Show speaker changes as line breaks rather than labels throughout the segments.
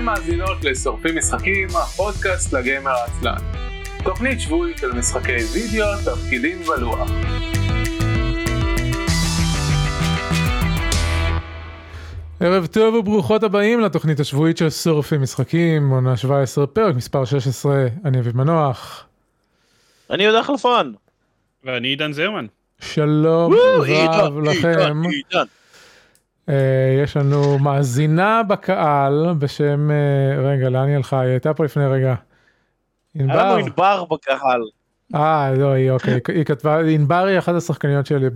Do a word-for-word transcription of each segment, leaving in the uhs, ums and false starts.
מאזינות לשורפים משחקים, הפודקאסט לגיימר העצלן. תוכנית שבועית של משחקי וידאו, תפקידים ולוח.
ערב טוב וברוכות הבאים לתוכנית השבועית של שורפים משחקים, עונה שבע עשרה, פרק מספר שש עשרה. אני אביב מנוח.
אני יהודה חלפון.
ואני עידן זרמן.
שלום רב לכם. יש לנו מאזינה בקהל בשם, רגע, לאן היא הלכה? היא הייתה פה לפני רגע.
היה לנו ענבר בקהל.
אה, לא, היא אוקיי. היא כתבה, ענבר היא אחת השחקניות שלי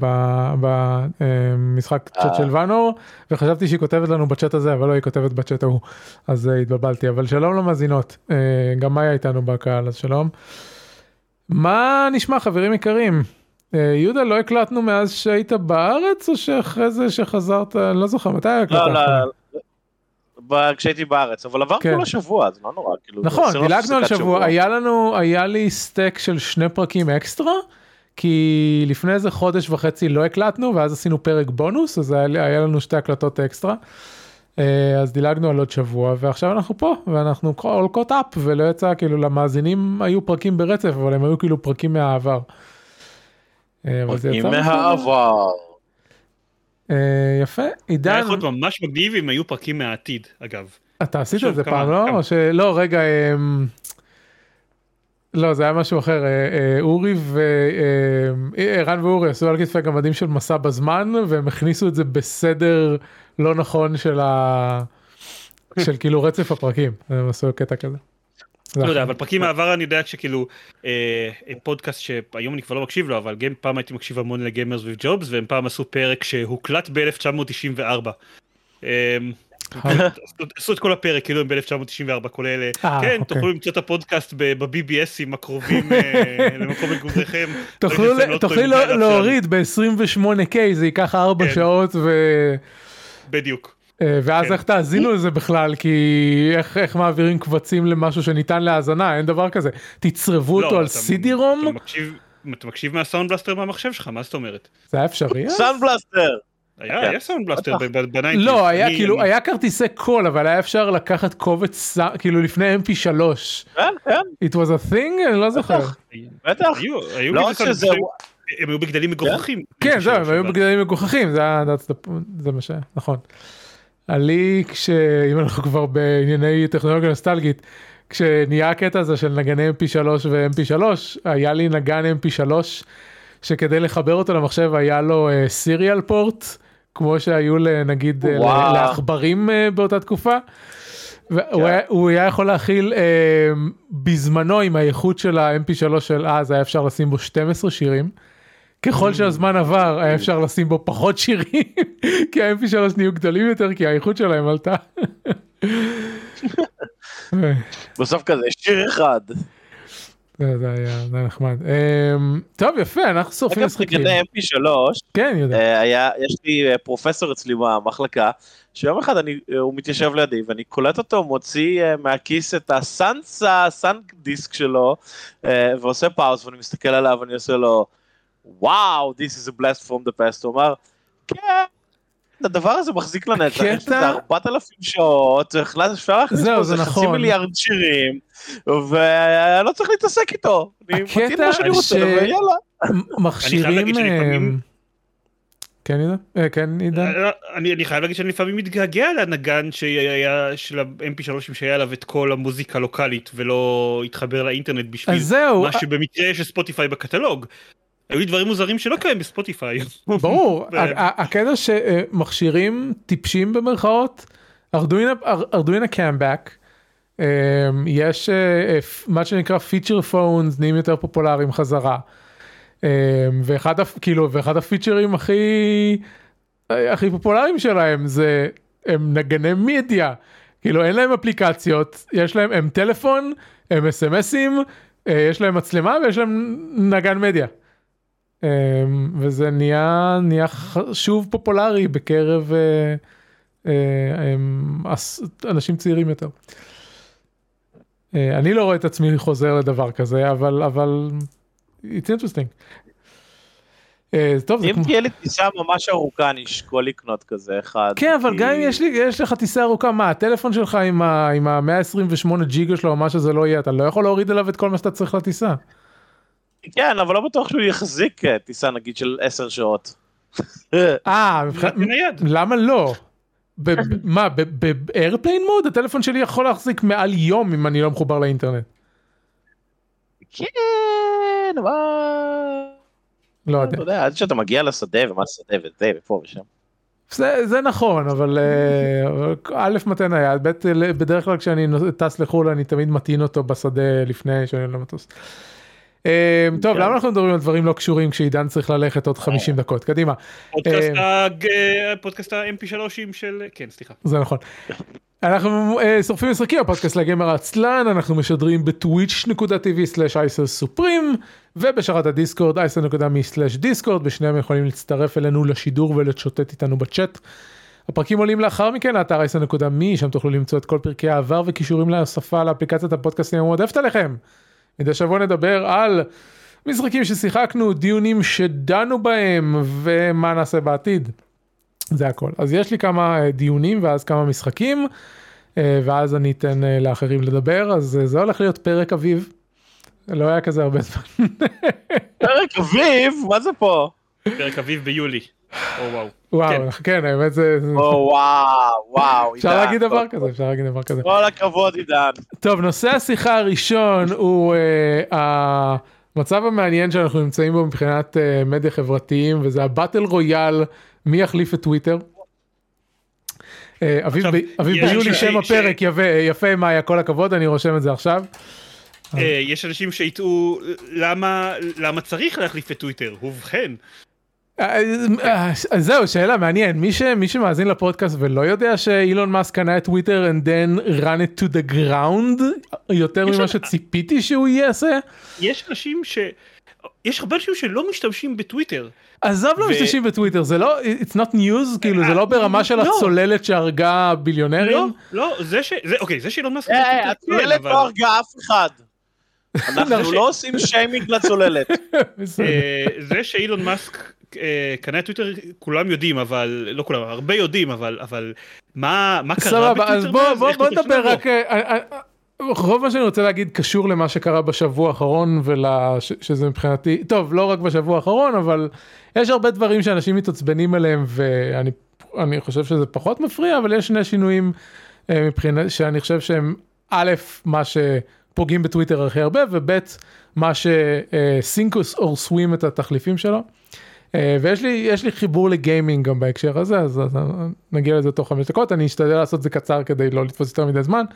במשחק צ'אט של ונור, וחשבתי שהיא כותבת לנו בצ'אט הזה, אבל לא, היא כותבת בצ'אט ההוא. אז התבלבלתי. אבל שלום למאזינות. גם מאיה איתנו בקהל, אז שלום. מה נשמע, חברים יקרים? יהודה, לא הקלטנו מאז שהיית בארץ, או שאחרי זה שחזרת, אני לא זוכר, מתי היה הקלטת?
לא, לא, כשהייתי בארץ, אבל עבר כל השבוע, זה לא נורא.
נכון, דילגנו על שבוע, היה לנו, היה לי סטייק של שני פרקים אקסטרה, כי לפני איזה חודש וחצי לא הקלטנו, ואז עשינו פרק בונוס, אז היה לנו שתי הקלטות אקסטרה, אז דילגנו על עוד שבוע, ועכשיו אנחנו פה, ואנחנו all caught up, ולא יצא, כאילו, למאזינים היו פרקים ברצף, אבל הם היו כאילו פרקים מהעבר.
פרקים מהעבר.
יפה, עידן.
היה יכול להיות ממש מגניב אם היו פרקים מהעתיד, אגב. אתה
עשית את זה פעם, לא? לא, רגע, לא, זה היה משהו אחר. אורי וערן ואורי עשו על כתפי גמדים של מסע בזמן, והם הכניסו את זה בסדר לא נכון של כאילו רצף הפרקים. הם עשו קטע כזה.
לא יודע, אבל פרקים מהעבר אני יודע שכאילו פודקאסט שהיום אני כבר לא מקשיב לו, אבל גם פעם הייתי מקשיב המון לגיימרס וג'ובס, והם פעם עשו פרק שהוקלט ב-אלף תשע מאות תשעים וארבע. עשו את כל הפרק כאילו הם ב-אלף תשע מאות תשעים וארבע, כל אלה. כן, תוכלו למצוא את הפודקאסט ב-בי בי אסים הקרובים למקום מגוריכם.
תוכלי להוריד ב-עשרים ושמונה קיי, זה ייקח ארבע שעות ו...
בדיוק.
ואז איך תאזינו לזה בכלל, כי איך מעבירים קבצים למשהו שניתן להאזנה, אין דבר כזה. תצרבו אותו על סי די רום?
אתה מקשיב מהסאונד בלאסטר מהמחשב שלך, מה זאת אומרת?
זה היה אפשרי?
סאונד בלאסטר!
היה, היה סאונד בלאסטר בניינטיז.
לא, היה כאילו, היה כרטיסי קול, אבל היה אפשר לקחת קובץ, כאילו לפני אם פי שלוש.
כן, כן.
It was a thing? אני לא זוכר.
בטח.
לא רק שזה... הם היו בגדלים מגוחכים.
כן, זהו, הם היו בגדלים מגוחכים, זה מה שהיה, נכון. עלי, אם אנחנו כבר בענייני טכנולוגיה נוסטלגית, כשנהיה הקטע הזה של נגני אם פי שלוש ו-אם פי שלוש, היה לי נגן אם פי שלוש, שכדי לחבר אותו למחשב היה לו סיריאל פורט, כמו שהיו נגיד לעכברים באותה תקופה, והוא היה יכול להכיל בזמנו עם האיכות של ה-אם פי שלוש של אז, היה אפשר לשים בו שנים עשר שירים, ככל שהזמן עבר, היה אפשר לשים בו פחות שירים, כי ה-אם פי שלוש נהיו גדולים יותר, כי האיכות שלהם עלתה.
בסוף כזה, שיר אחד.
זה היה נחמד. טוב, יפה, אנחנו שורפים משחקים.
אגב, אם פי שלוש,
כן, יודע.
יש לי פרופסור אצלי במחלקה, שיום אחד הוא מתיישב לידי, ואני קולט אותו, מוציא מהכיס את הסנסה, הסאנק דיסק שלו, ועושה פאוס, ואני מסתכל עליו, ואני עושה לו, וואו, this is a blast from the past, הוא אמר, כן, הדבר הזה מחזיק לנצח, יש לזה ארבעת אלפים שעות, אפשר להכניס פה זה חצי מיליארד שירים, ואני לא צריך להתעסק איתו, אני מתאים מה שאני רוצה, ויאללה.
מכשירים, כן עידן? כן עידן?
אני חייב להגיד שאני לפעמים מתגעגע לנגן של ה-אם פי שלוש שהיה עליו את כל המוזיקה הלוקלית, ולא התחבר לאינטרנט בשביל מה שבמקרה יש ספוטיפיי בקטלוג. היו לי דברים מוזרים שלא קיים בספוטיפיי.
ברור, הקטע שמכשירים טיפשים במרכאות, ארדואינו קאמבק, יש מה שנקרא פיצ'ר פונס, נהיים יותר פופולריים חזרה, ואחד הפיצ'רים הכי פופולריים שלהם זה, הם נגני מדיה, כאילו אין להם אפליקציות, יש להם, הם טלפון, הם אס אם אסים, יש להם מצלמה ויש להם נגן מדיה. וזה נהיה, נהיה שוב פופולרי בקרב אנשים צעירים יותר. אני לא רואה את עצמי חוזר לדבר כזה, אבל, אבל it's interesting.
אם תהיה לי טיסה ממש ארוכה, אני אשקול לקנות כזה אחד.
כן, אבל גם אם יש לך טיסה ארוכה, מה, הטלפון שלך עם ה-מאה עשרים ושמונה ג'יגה שלו, או מה שזה לא יהיה, אתה לא יכול להוריד אליו את כל מה שאתה צריך לטיסה.
כן, אבל לא בטוח שהוא יחזיק טיסה, נגיד, של עשר שעות.
אה, למה לא? מה, באיירפליין מוד? הטלפון שלי יכול להחזיק מעל יום אם אני לא מחובר לאינטרנט.
כן, אבל...
לא יודע.
אתה יודע, עד שאתה מגיע לשדה ומה שדה וזה ופה ושם.
זה, זה נכון, אבל א' מתן היד, ב' בדרך כלל כשאני טס לחול אני תמיד מתאים אותו בשדה לפני שאני לא מטוס. טוב, למה אנחנו מדברים על דברים לא קשורים כשעידן צריך ללכת עוד חמישים דקות? קדימה.
פודקאסט ה-אם פי שלוש של... כן, סליחה.
זה נכון. אנחנו שורפים משחקים, הפודקאסט לגיימר העצלן, אנחנו משדרים בטוויץ' נקודה טי וי סלאש אייסר סופרים, ובשרת הדיסקורד אייסר נקודה מי סלאש דיסקורד, בשניהם יכולים להצטרף אלינו לשידור ולצ'וטט איתנו בצ'אט. הפרקים עולים לאחר מכן לאתר אייסר נקודה מי, שם תוכלו למצוא את כל פרקי העבר וקישורים להוספה לאפליקציית הפודקאסטים המועדפת עליכם. מדי שבוע נדבר על משחקים ששיחקנו, דיונים שדנו בהם, ומה נעשה בעתיד. זה הכל. אז יש לי כמה דיונים ואז כמה משחקים, ואז אני אתן לאחרים לדבר, אז זה הולך להיות פרק אביב. לא היה כזה הרבה זמן.
פרק אביב? מה זה פה?
פרק אביב ביולי. או וואו.
וואו, כן, האמת זה...
או וואו, וואו.
אפשר להגיד דבר כזה, אפשר להגיד דבר כזה.
כל הכבוד, עידן.
טוב, נושא השיחה הראשון הוא המצב המעניין שאנחנו נמצאים בו מבחינת מדיה חברתיים, וזה הבטל רויאל, מי יחליף את טוויטר. אביב ביולי שם הפרק, יפה מאיה, כל הכבוד, אני רושם את זה עכשיו.
יש אנשים שיטעו למה צריך להחליף את טוויטר, ובכן.
אז זהו, שאלה מעניין, מי שמאזין לפודקאסט ולא יודע שאילון מאסק קנה את טוויטר and then run it to the ground, יותר ממה שציפיתי שהוא יעשה?
יש אנשים ש... יש הרבה אנשים שלא משתמשים בטוויטר.
עזוב לא משתמשים בטוויטר, זה לא, it's not news, כאילו זה לא ברמה של הצוללת שהרגה ביליונרים?
לא, לא, זה ש... אוקיי, זה שאילון מאסק...
הצוללת לא הרגה אף אחד. אנחנו לא עושים שיימינג לצוללת.
זה שאילון מאסק קנה טוויטר, כולם יודעים, אבל, לא כולם, הרבה יודעים, אבל, אבל, מה, מה קרה בטוויטר?
אז בוא, בוא, בוא נדבר רק, רוב מה שאני רוצה להגיד קשור למה שקרה בשבוע האחרון, שזה מבחינתי, טוב, לא רק בשבוע האחרון, אבל יש הרבה דברים שאנשים מתעצבנים עליהם, ואני אני חושב שזה פחות מפריע, אבל יש שני שינויים מבחינת, שאני חושב שהם, א', מה שפוגעים בטוויטר הכי הרבה, וב', מה שסינקוס או סווים את התחליפים שלו. ויש לי, יש לי חיבור לגיימינג גם בהקשר הזה, אז נגיע לזה תוך חמש דקות, אני אשתדל לעשות זה קצר כדי לא לתפוס יותר מדי זמן.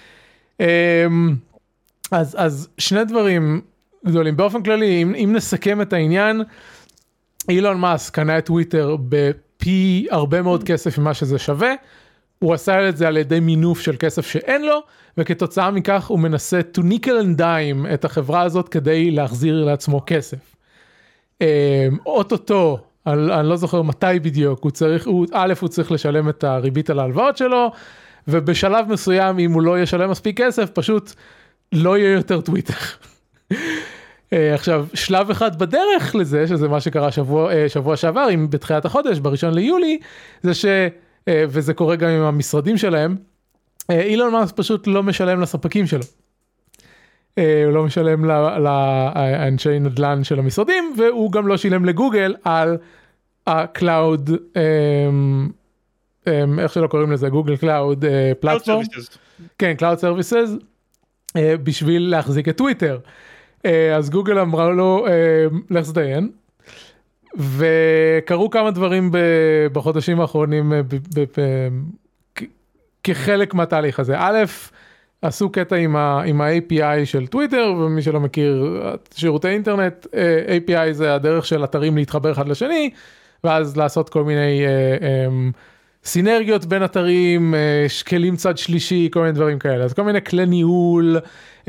אז, אז שני דברים גדולים, באופן כללי, אם, אם נסכם את העניין, אילון מאסק קנה את טוויטר בפי הרבה מאוד כסף ממה שזה שווה, הוא עשה את זה על ידי מינוף של כסף שאין לו, וכתוצאה מכך הוא מנסה to nickel and dime את החברה הזאת כדי להחזיר לעצמו כסף. אוטוטו, אני לא זוכר מתי בדיוק, הוא צריך, הוא, א', הוא צריך לשלם את הריבית על ההלוואות שלו, ובשלב מסוים, אם הוא לא ישלם מספיק כסף, פשוט לא יהיה יותר טוויטר. עכשיו, שלב אחד בדרך לזה, שזה מה שקרה שבוע, שבוע שעבר, עם בתחילת החודש, בראשון ליולי, זה ש, וזה קורה גם עם המשרדים שלהם, אילון מאסק פשוט לא משלם לספקים שלו. הוא לא משלם לאנשי נדל"ן של המשרדים, והוא גם לא שילם לגוגל על הקלאוד, איך שלא קוראים לזה, גוגל קלאוד פלטפורם. כן, קלאוד סרוויסס, בשביל להחזיק את טוויטר. אז גוגל אמרה לו, לך זדיין, וקרו כמה דברים בחודשים האחרונים, כחלק מהתהליך הזה. א', עשו קטע עם ה-איי פי איי של טוויטר, ומי שלא מכיר שירותי אינטרנט, איי פי איי זה הדרך של אתרים להתחבר אחד לשני, ואז לעשות כל מיני סינרגיות בין אתרים, שקלים צד שלישי, כל מיני דברים כאלה. אז כל מיני כלי ניהול,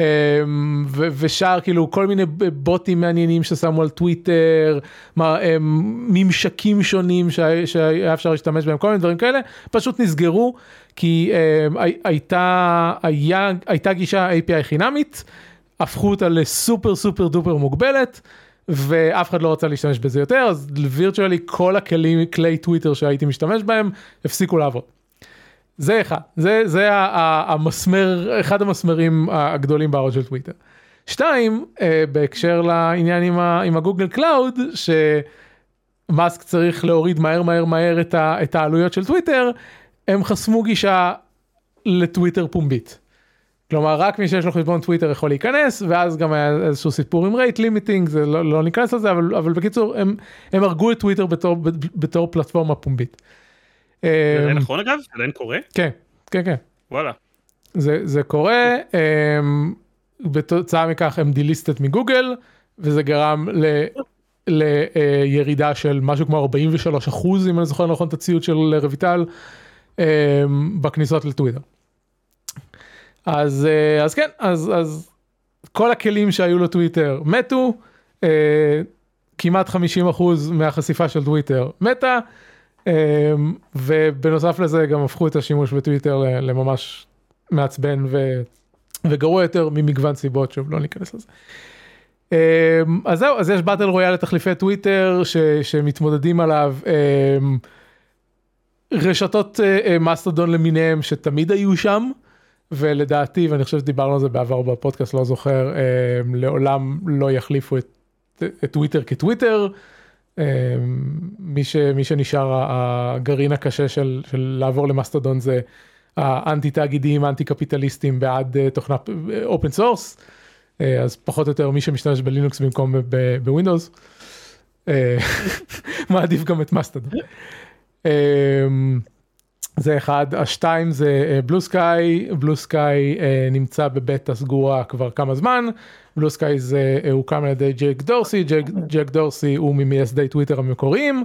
ושאר כאילו כל מיני בוטים מעניינים ששמו על טוויטר, ממשקים שונים שהיה אפשר להשתמש בהם, כל מיני דברים כאלה, פשוט נסגרו, כי הייתה, הייתה גישה איי פי איי חינמית, הפכו אותה לסופר סופר דופר מוגבלת, ואף אחד לא רצה להשתמש בזה יותר, אז וירטואלי כל הכלים, כלי טוויטר שהייתי משתמש בהם, הפסיקו לעבוד. זה אחד, זה, זה המסמר, אחד המסמרים הגדולים בערוץ של טוויטר. שתיים, בהקשר לעניין עם, ה, עם הגוגל קלאוד, שמאסק צריך להוריד מהר מהר מהר את, ה, את העלויות של טוויטר, הם חסמו גישה לטוויטר פומבית. כלומר, רק מי שיש לו חשבון טוויטר יכול להיכנס, ואז גם היה איזשהו סיפור עם רייט לימיטינג, זה לא, לא ניכנס לזה, אבל, אבל בקיצור, הם, הם הרגו את טוויטר בתור, בתור פלטפורמה פומבית.
זה נכון אגב? זה עדיין קורה?
כן, כן, כן.
וואלה.
זה, זה קורה, בתוצאה מכך הם דיליסטד מגוגל, וזה גרם ל, לירידה של משהו כמו ארבעים ושלושה אחוז, אם אני זוכר נכון את הציוד של רויטל, בכניסות לטוויטר. אז, אז כן, אז, אז כל הכלים שהיו לטוויטר מתו, כמעט חמישים אחוז מהחשיפה של טוויטר מתה, ובנוסף לזה גם הפכו את השימוש בטוויטר לממש מעצבן ו, וגרוע יותר ממגוון סיבות, שוב לא ניכנס לזה. אז זהו, אז יש באטל רויאל לתחליפי טוויטר ש, שמתמודדים עליו, רשתות מאסטרדון למיניהם שתמיד היו שם, ולדעתי, ואני חושב שדיברנו על זה בעבר בפודקאסט, לא זוכר, לעולם לא יחליפו את, את טוויטר כטוויטר, מי, ש, מי שנשאר הגרעין הקשה של, של לעבור למאסטרדון זה האנטי תאגידים, אנטי קפיטליסטים בעד תוכנה אופן סורס, אז פחות או יותר מי שמשתמש בלינוקס במקום בווינדוס, מעדיף גם את מאסטרדון. זה אחד, השתיים זה בלו סקאי, בלו סקאי נמצא בבטה סגורה כבר כמה זמן, בלו סקאי זה הוקם על ידי ג'ק דורסי, ג'ק, ג'ק דורסי הוא ממייסדי טוויטר המקוריים,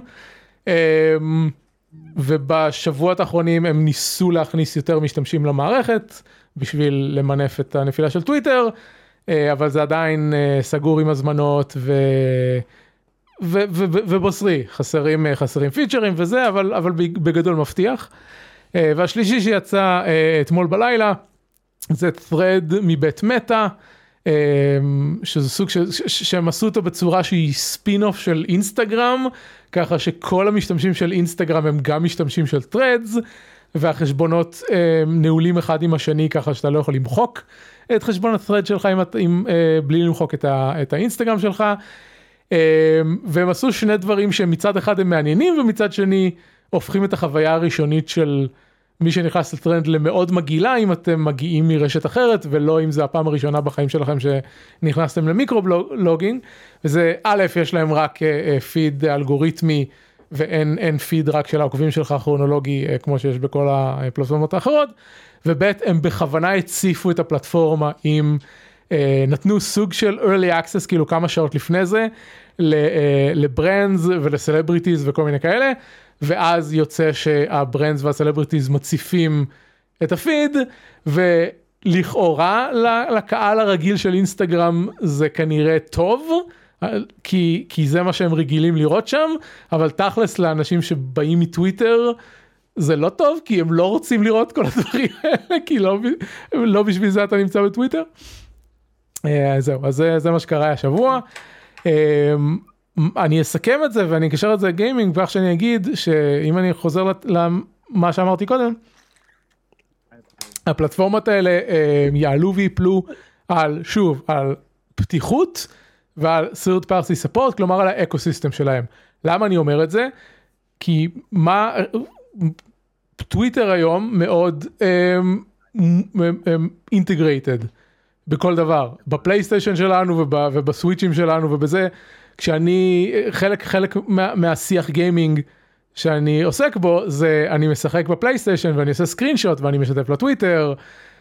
ובשבועות האחרונים הם ניסו להכניס יותר משתמשים למערכת, בשביל למנף את הנפילה של טוויטר, אבל זה עדיין סגור עם הזמנות ו... ו- ו- ו- ובוסרי, חסרים, חסרים פיצ'רים וזה, אבל, אבל בגדול מבטיח. והשלישי שיצא אתמול בלילה, זה thread מבית מטה, שזה סוג ש- ש- שהם עשו אותו בצורה שהיא ספין-אוף של אינסטגרם, ככה שכל המשתמשים של אינסטגרם הם גם משתמשים של threads, והחשבונות נעולים אחד עם השני, ככה שאתה לא יכול למחוק את חשבון ה-thread שלך עם, עם, בלי למחוק את, ה- את האינסטגרם שלך, והם עשו שני דברים שמצד אחד הם מעניינים, ומצד שני הופכים את החוויה הראשונית של מי שנכנס לטרנד למאוד מגעילה, אם אתם מגיעים מרשת אחרת, ולא אם זה הפעם הראשונה בחיים שלכם שנכנסתם למיקרו-לוגינג, וזה א', יש להם רק פיד אלגוריתמי, ואין אין פיד רק של העוקבים שלך כרונולוגי, כמו שיש בכל הפלטפורמות האחרות, וב' הם בכוונה הציפו את הפלטפורמה עם... נתנו סוג של early access, כאילו כמה שעות לפני זה, לברנדס ולסלבריטיז וכל מיני כאלה, ואז יוצא שהברנדס והסלבריטיז מציפים את הפיד, ולכאורה לקהל הרגיל של אינסטגרם זה כנראה טוב, כי, כי זה מה שהם רגילים לראות שם, אבל תכלס לאנשים שבאים מטוויטר, זה לא טוב, כי הם לא רוצים לראות כל הדברים האלה, כי לא, לא בשביל זה אתה נמצא בטוויטר. זהו, אז זה, זה מה שקרה השבוע. אני אסכם את זה ואני אקשר את זה לגיימינג, ואיך שאני אגיד שאם אני חוזר למה שאמרתי קודם, הפלטפורמות האלה יעלו ויפלו על, שוב, על פתיחות ועל third party support, כלומר על האקוסיסטם שלהם. למה אני אומר את זה? כי מה, טוויטר היום מאוד integrated. בכל דבר, בפלייסטיישן שלנו ובסוויצ'ים שלנו ובזה, כשאני, חלק, חלק מה, מהשיח גיימינג שאני עוסק בו, זה אני משחק בפלייסטיישן ואני עושה סקרינשוט ואני משתף לטוויטר,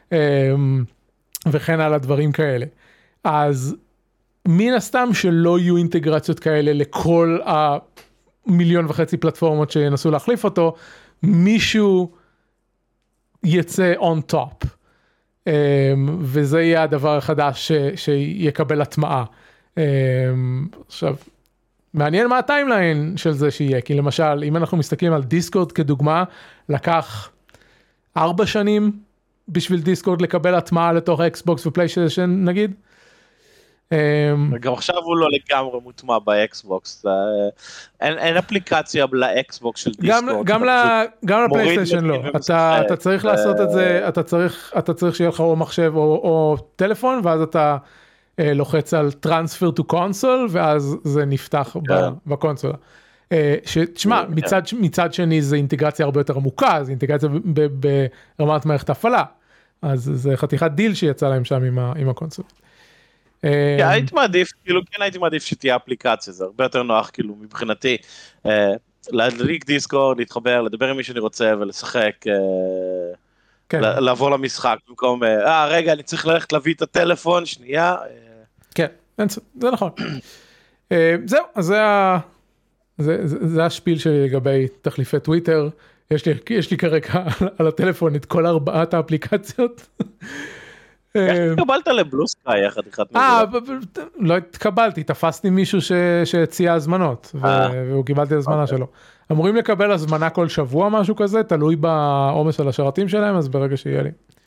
וכן על הדברים כאלה. אז מן הסתם שלא יהיו אינטגרציות כאלה לכל המיליון וחצי פלטפורמות שינסו להחליף אותו, מישהו יצא on top. וזה יהיה הדבר החדש שיקבל הטמעה. עכשיו, מעניין מה הטיימליין של זה שיהיה, כי למשל, אם אנחנו מסתכלים על דיסקורד כדוגמה, לקח ארבע שנים בשביל דיסקורד לקבל הטמעה לתוך אקסבוקס ופלייסטיישן נגיד,
גם עכשיו הוא לא לגמרי מוטמע באקסבוקס, אין, אין אפליקציה לאקסבוקס של דיסקורד.
גם, גם לפלייסטיישן לא, אתה, אתה צריך לעשות את זה, אתה צריך, אתה צריך שיהיה לך או מחשב או, או טלפון, ואז אתה אה, לוחץ על Transfer to Console, ואז זה נפתח בקונסולה. שתשמע, מצד, מצד שני זה אינטגרציה הרבה יותר עמוקה, זה אינטגרציה ברמת מערכת הפעלה, אז זה חתיכת דיל שיצא להם שם עם, עם הקונסולה.
הייתי מעדיף, כאילו כן הייתי מעדיף שתהיה אפליקציה, זה הרבה יותר נוח כאילו מבחינתי, להדליק דיסקורד, להתחבר, לדבר עם מי שאני רוצה ולשחק, לעבור למשחק, במקום, אה רגע אני צריך ללכת להביא את הטלפון, שנייה.
כן, זה נכון. זהו, אז זה ה... זה, זה, זה השפיל שלי לגבי תחליפי טוויטר, יש לי, יש לי כרגע על הטלפון את כל ארבעת האפליקציות.
איך התקבלת לבלוסקאי יחד אחד מזה?
אה, לא התקבלתי, תפסתי מישהו שהציע הזמנות, והוא קיבלתי הזמנה שלו. אמורים לקבל הזמנה כל שבוע, משהו כזה, תלוי בעומס של השרתים שלהם, אז ברגע שיהיה לי.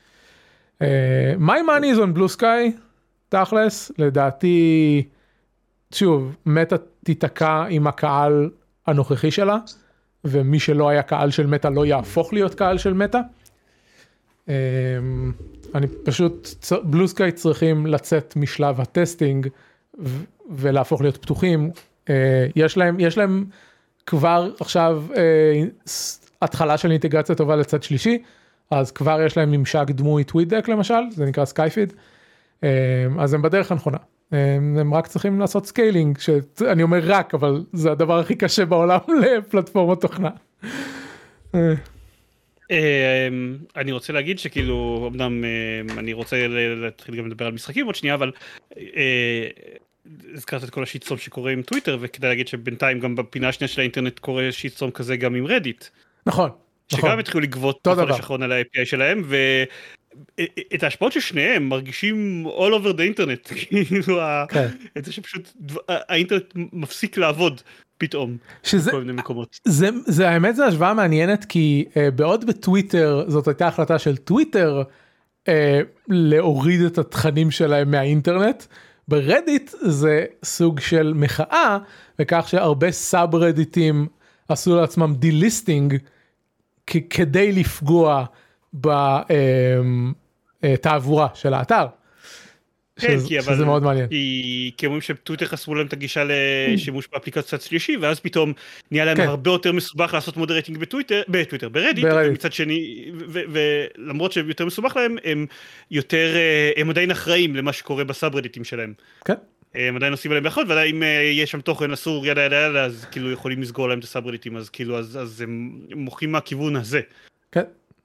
My money is on blue sky, תכלס, לדעתי, שוב, מטה תיתקע עם הקהל הנוכחי שלה, ומי שלא היה קהל של מטה לא יהפוך להיות קהל של מטה. אני פשוט, בלו סקאי צריכים לצאת משלב הטסטינג, ולהפוך להיות פתוחים. יש להם, יש להם כבר עכשיו התחלה של אינטגרציה טובה לצד שלישי, אז כבר יש להם ממשק דמוי טוויטדק למשל, זה נקרא סקייפיד, אז הם בדרך הנכונה. הם רק צריכים לעשות סקיילינג, שאני אומר רק, אבל זה הדבר הכי קשה בעולם לפלטפורמות תוכנה.
אני רוצה להגיד שכאילו, אמנם אני רוצה להתחיל גם לדבר על משחקים עוד שנייה, אבל הזכרת את כל השיטסטורם שקורה עם טוויטר, וכדאי להגיד שבינתיים גם בפינה השנייה של האינטרנט קורה שיטסטורם כזה גם עם רדיט.
נכון.
שגם התחילו לגבות בחודש האחרון על ה-איי פי איי שלהם, ואת ההשפעות של שניהם מרגישים all over the internet, כאילו, את זה שפשוט האינטרנט מפסיק לעבוד פתאום, בכל מיני מקומות.
זה האמת, זה השוואה מעניינת, כי בעוד בטוויטר, זאת הייתה החלטה של טוויטר, להוריד את התכנים שלהם מהאינטרנט, ברדיט זה סוג של מחאה, וכך שהרבה סאב רדיטים עשו לעצמם דיליסטינג, כדי לפגוע בתעבורה של האתר.
כן,
שזה,
כי
שזה
אבל,
מאוד מעניין.
כי, כי אומרים שטוויטר חסמו להם את הגישה לשימוש באפליקציה שלישי, ואז פתאום נהיה להם כן. הרבה יותר מסובך לעשות מודרטינג בטוויטר, בטוויטר, ברדיט, ומצד שני, ולמרות שהם יותר מסובך להם, הם יותר, הם עדיין אחראים למה שקורה בסאברדיטים שלהם.
כן.
הם עדיין עושים עליהם באחד, ועדיין אם יש שם תוכן אסור, ידה ידה ידה, אז כאילו יכולים לסגור להם את הסאברדיטים, אז כאילו, אז, אז הם מוחים מהכיוון הזה.
כן.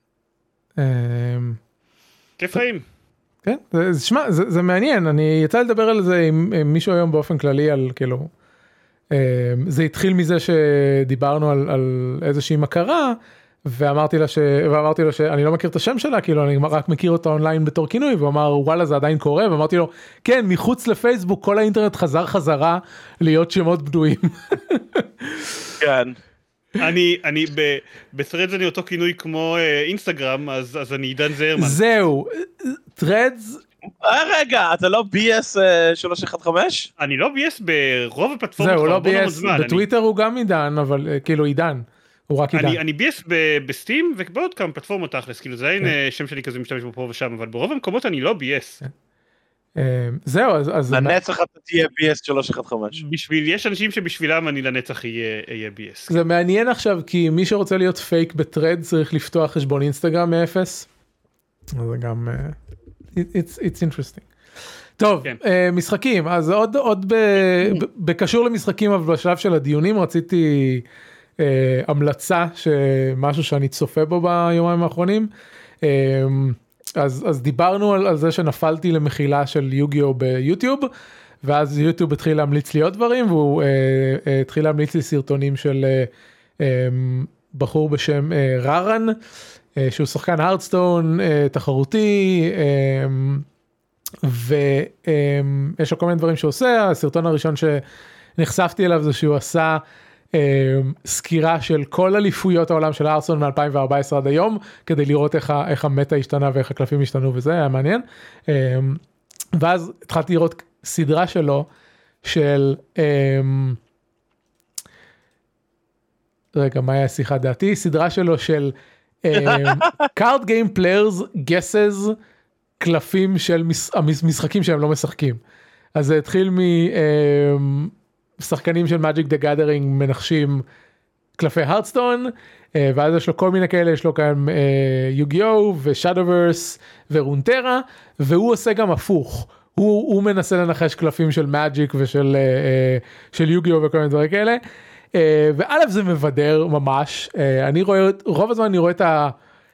כיף חיים.
כן, זה, שמה, זה, זה מעניין, אני יצא לדבר על זה עם, עם מישהו היום באופן כללי, על כאילו, זה התחיל מזה שדיברנו על, על איזושהי מכרה, ואמרתי לה, ש, ואמרתי לו שאני לא מכיר את השם שלה, כאילו אני רק מכיר אותה אונליין בתור כינוי, והוא אמר וואלה זה עדיין קורה, ואמרתי לו כן, מחוץ לפייסבוק כל האינטרנט חזר חזרה להיות שמות בדויים.
כן.
אני, אני, ב-Threads אני אותו כינוי כמו אינסטגרם, אז, אז אני עידן זרמן.
זהו, Threads...
רגע, אתה לא בי אס שלוש אחת חמש?
אני לא בי אס ברוב הפלטפורמות.
זהו, לא בי אס, בטוויטר הוא גם עידן, אבל כאילו עידן, הוא רק עידן.
אני בי אס בסטים ובעוד כמה פלטפורמות תכלס, כאילו זה אין שם שלי כזה משתמש בו פה ושם, אבל ברוב המקומות אני לא בי אס.
זהו, אז...
לנצח אתה תהיה בי אס שלוש אחת חמש.
בשביל, יש אנשים שבשבילם אני לנצח יהיה בי אס.
זה מעניין עכשיו, כי מי שרוצה להיות פייק בטרד צריך לפתוח חשבון אינסטגרם מאפס. זה גם... It's, it's interesting. טוב, כן. משחקים, אז עוד, עוד ב, ב, בקשור למשחקים, אבל בשלב של הדיונים רציתי אה, המלצה, שמשהו שאני צופה בו ביומיים האחרונים, אה, אז, אז דיברנו על, על זה שנפלתי למחילה של יוגיו ביוטיוב, ואז יוטיוב התחיל להמליץ לי עוד דברים, והוא אה, אה, התחיל להמליץ לי סרטונים של אה, אה, בחור בשם אה, ררן, אה, שהוא שחקן הרדסטון אה, תחרותי, אה, ויש לו כל מיני דברים שהוא עושה. הסרטון הראשון שנחשפתי אליו זה שהוא עשה סקירה של כל אליפויות העולם של הרדסטון מ-אלפיים וארבע עשרה עד היום, כדי לראות איך, איך המטה השתנה ואיך הקלפים השתנו, וזה היה מעניין. ואז התחלתי לראות סדרה שלו של, רגע, מה היה שיחה דעתי? סדרה שלו של card game players guesses קלפים של משחקים שהם לא משחקים. אז זה התחיל משחקנים של Magic the Gathering מנחשים קלפי הרדסטון, ואז יש לו כל מיני כאלה, יש לו כאן יוגיו ושאדוברס ורונטרה, והוא עושה גם הפוך, הוא, הוא מנסה לנחש קלפים של Magic ושל של יוגיו וכל מיני דברים כאלה, וא' זה מבדר ממש, אני רואה, רוב הזמן אני רואה את ה...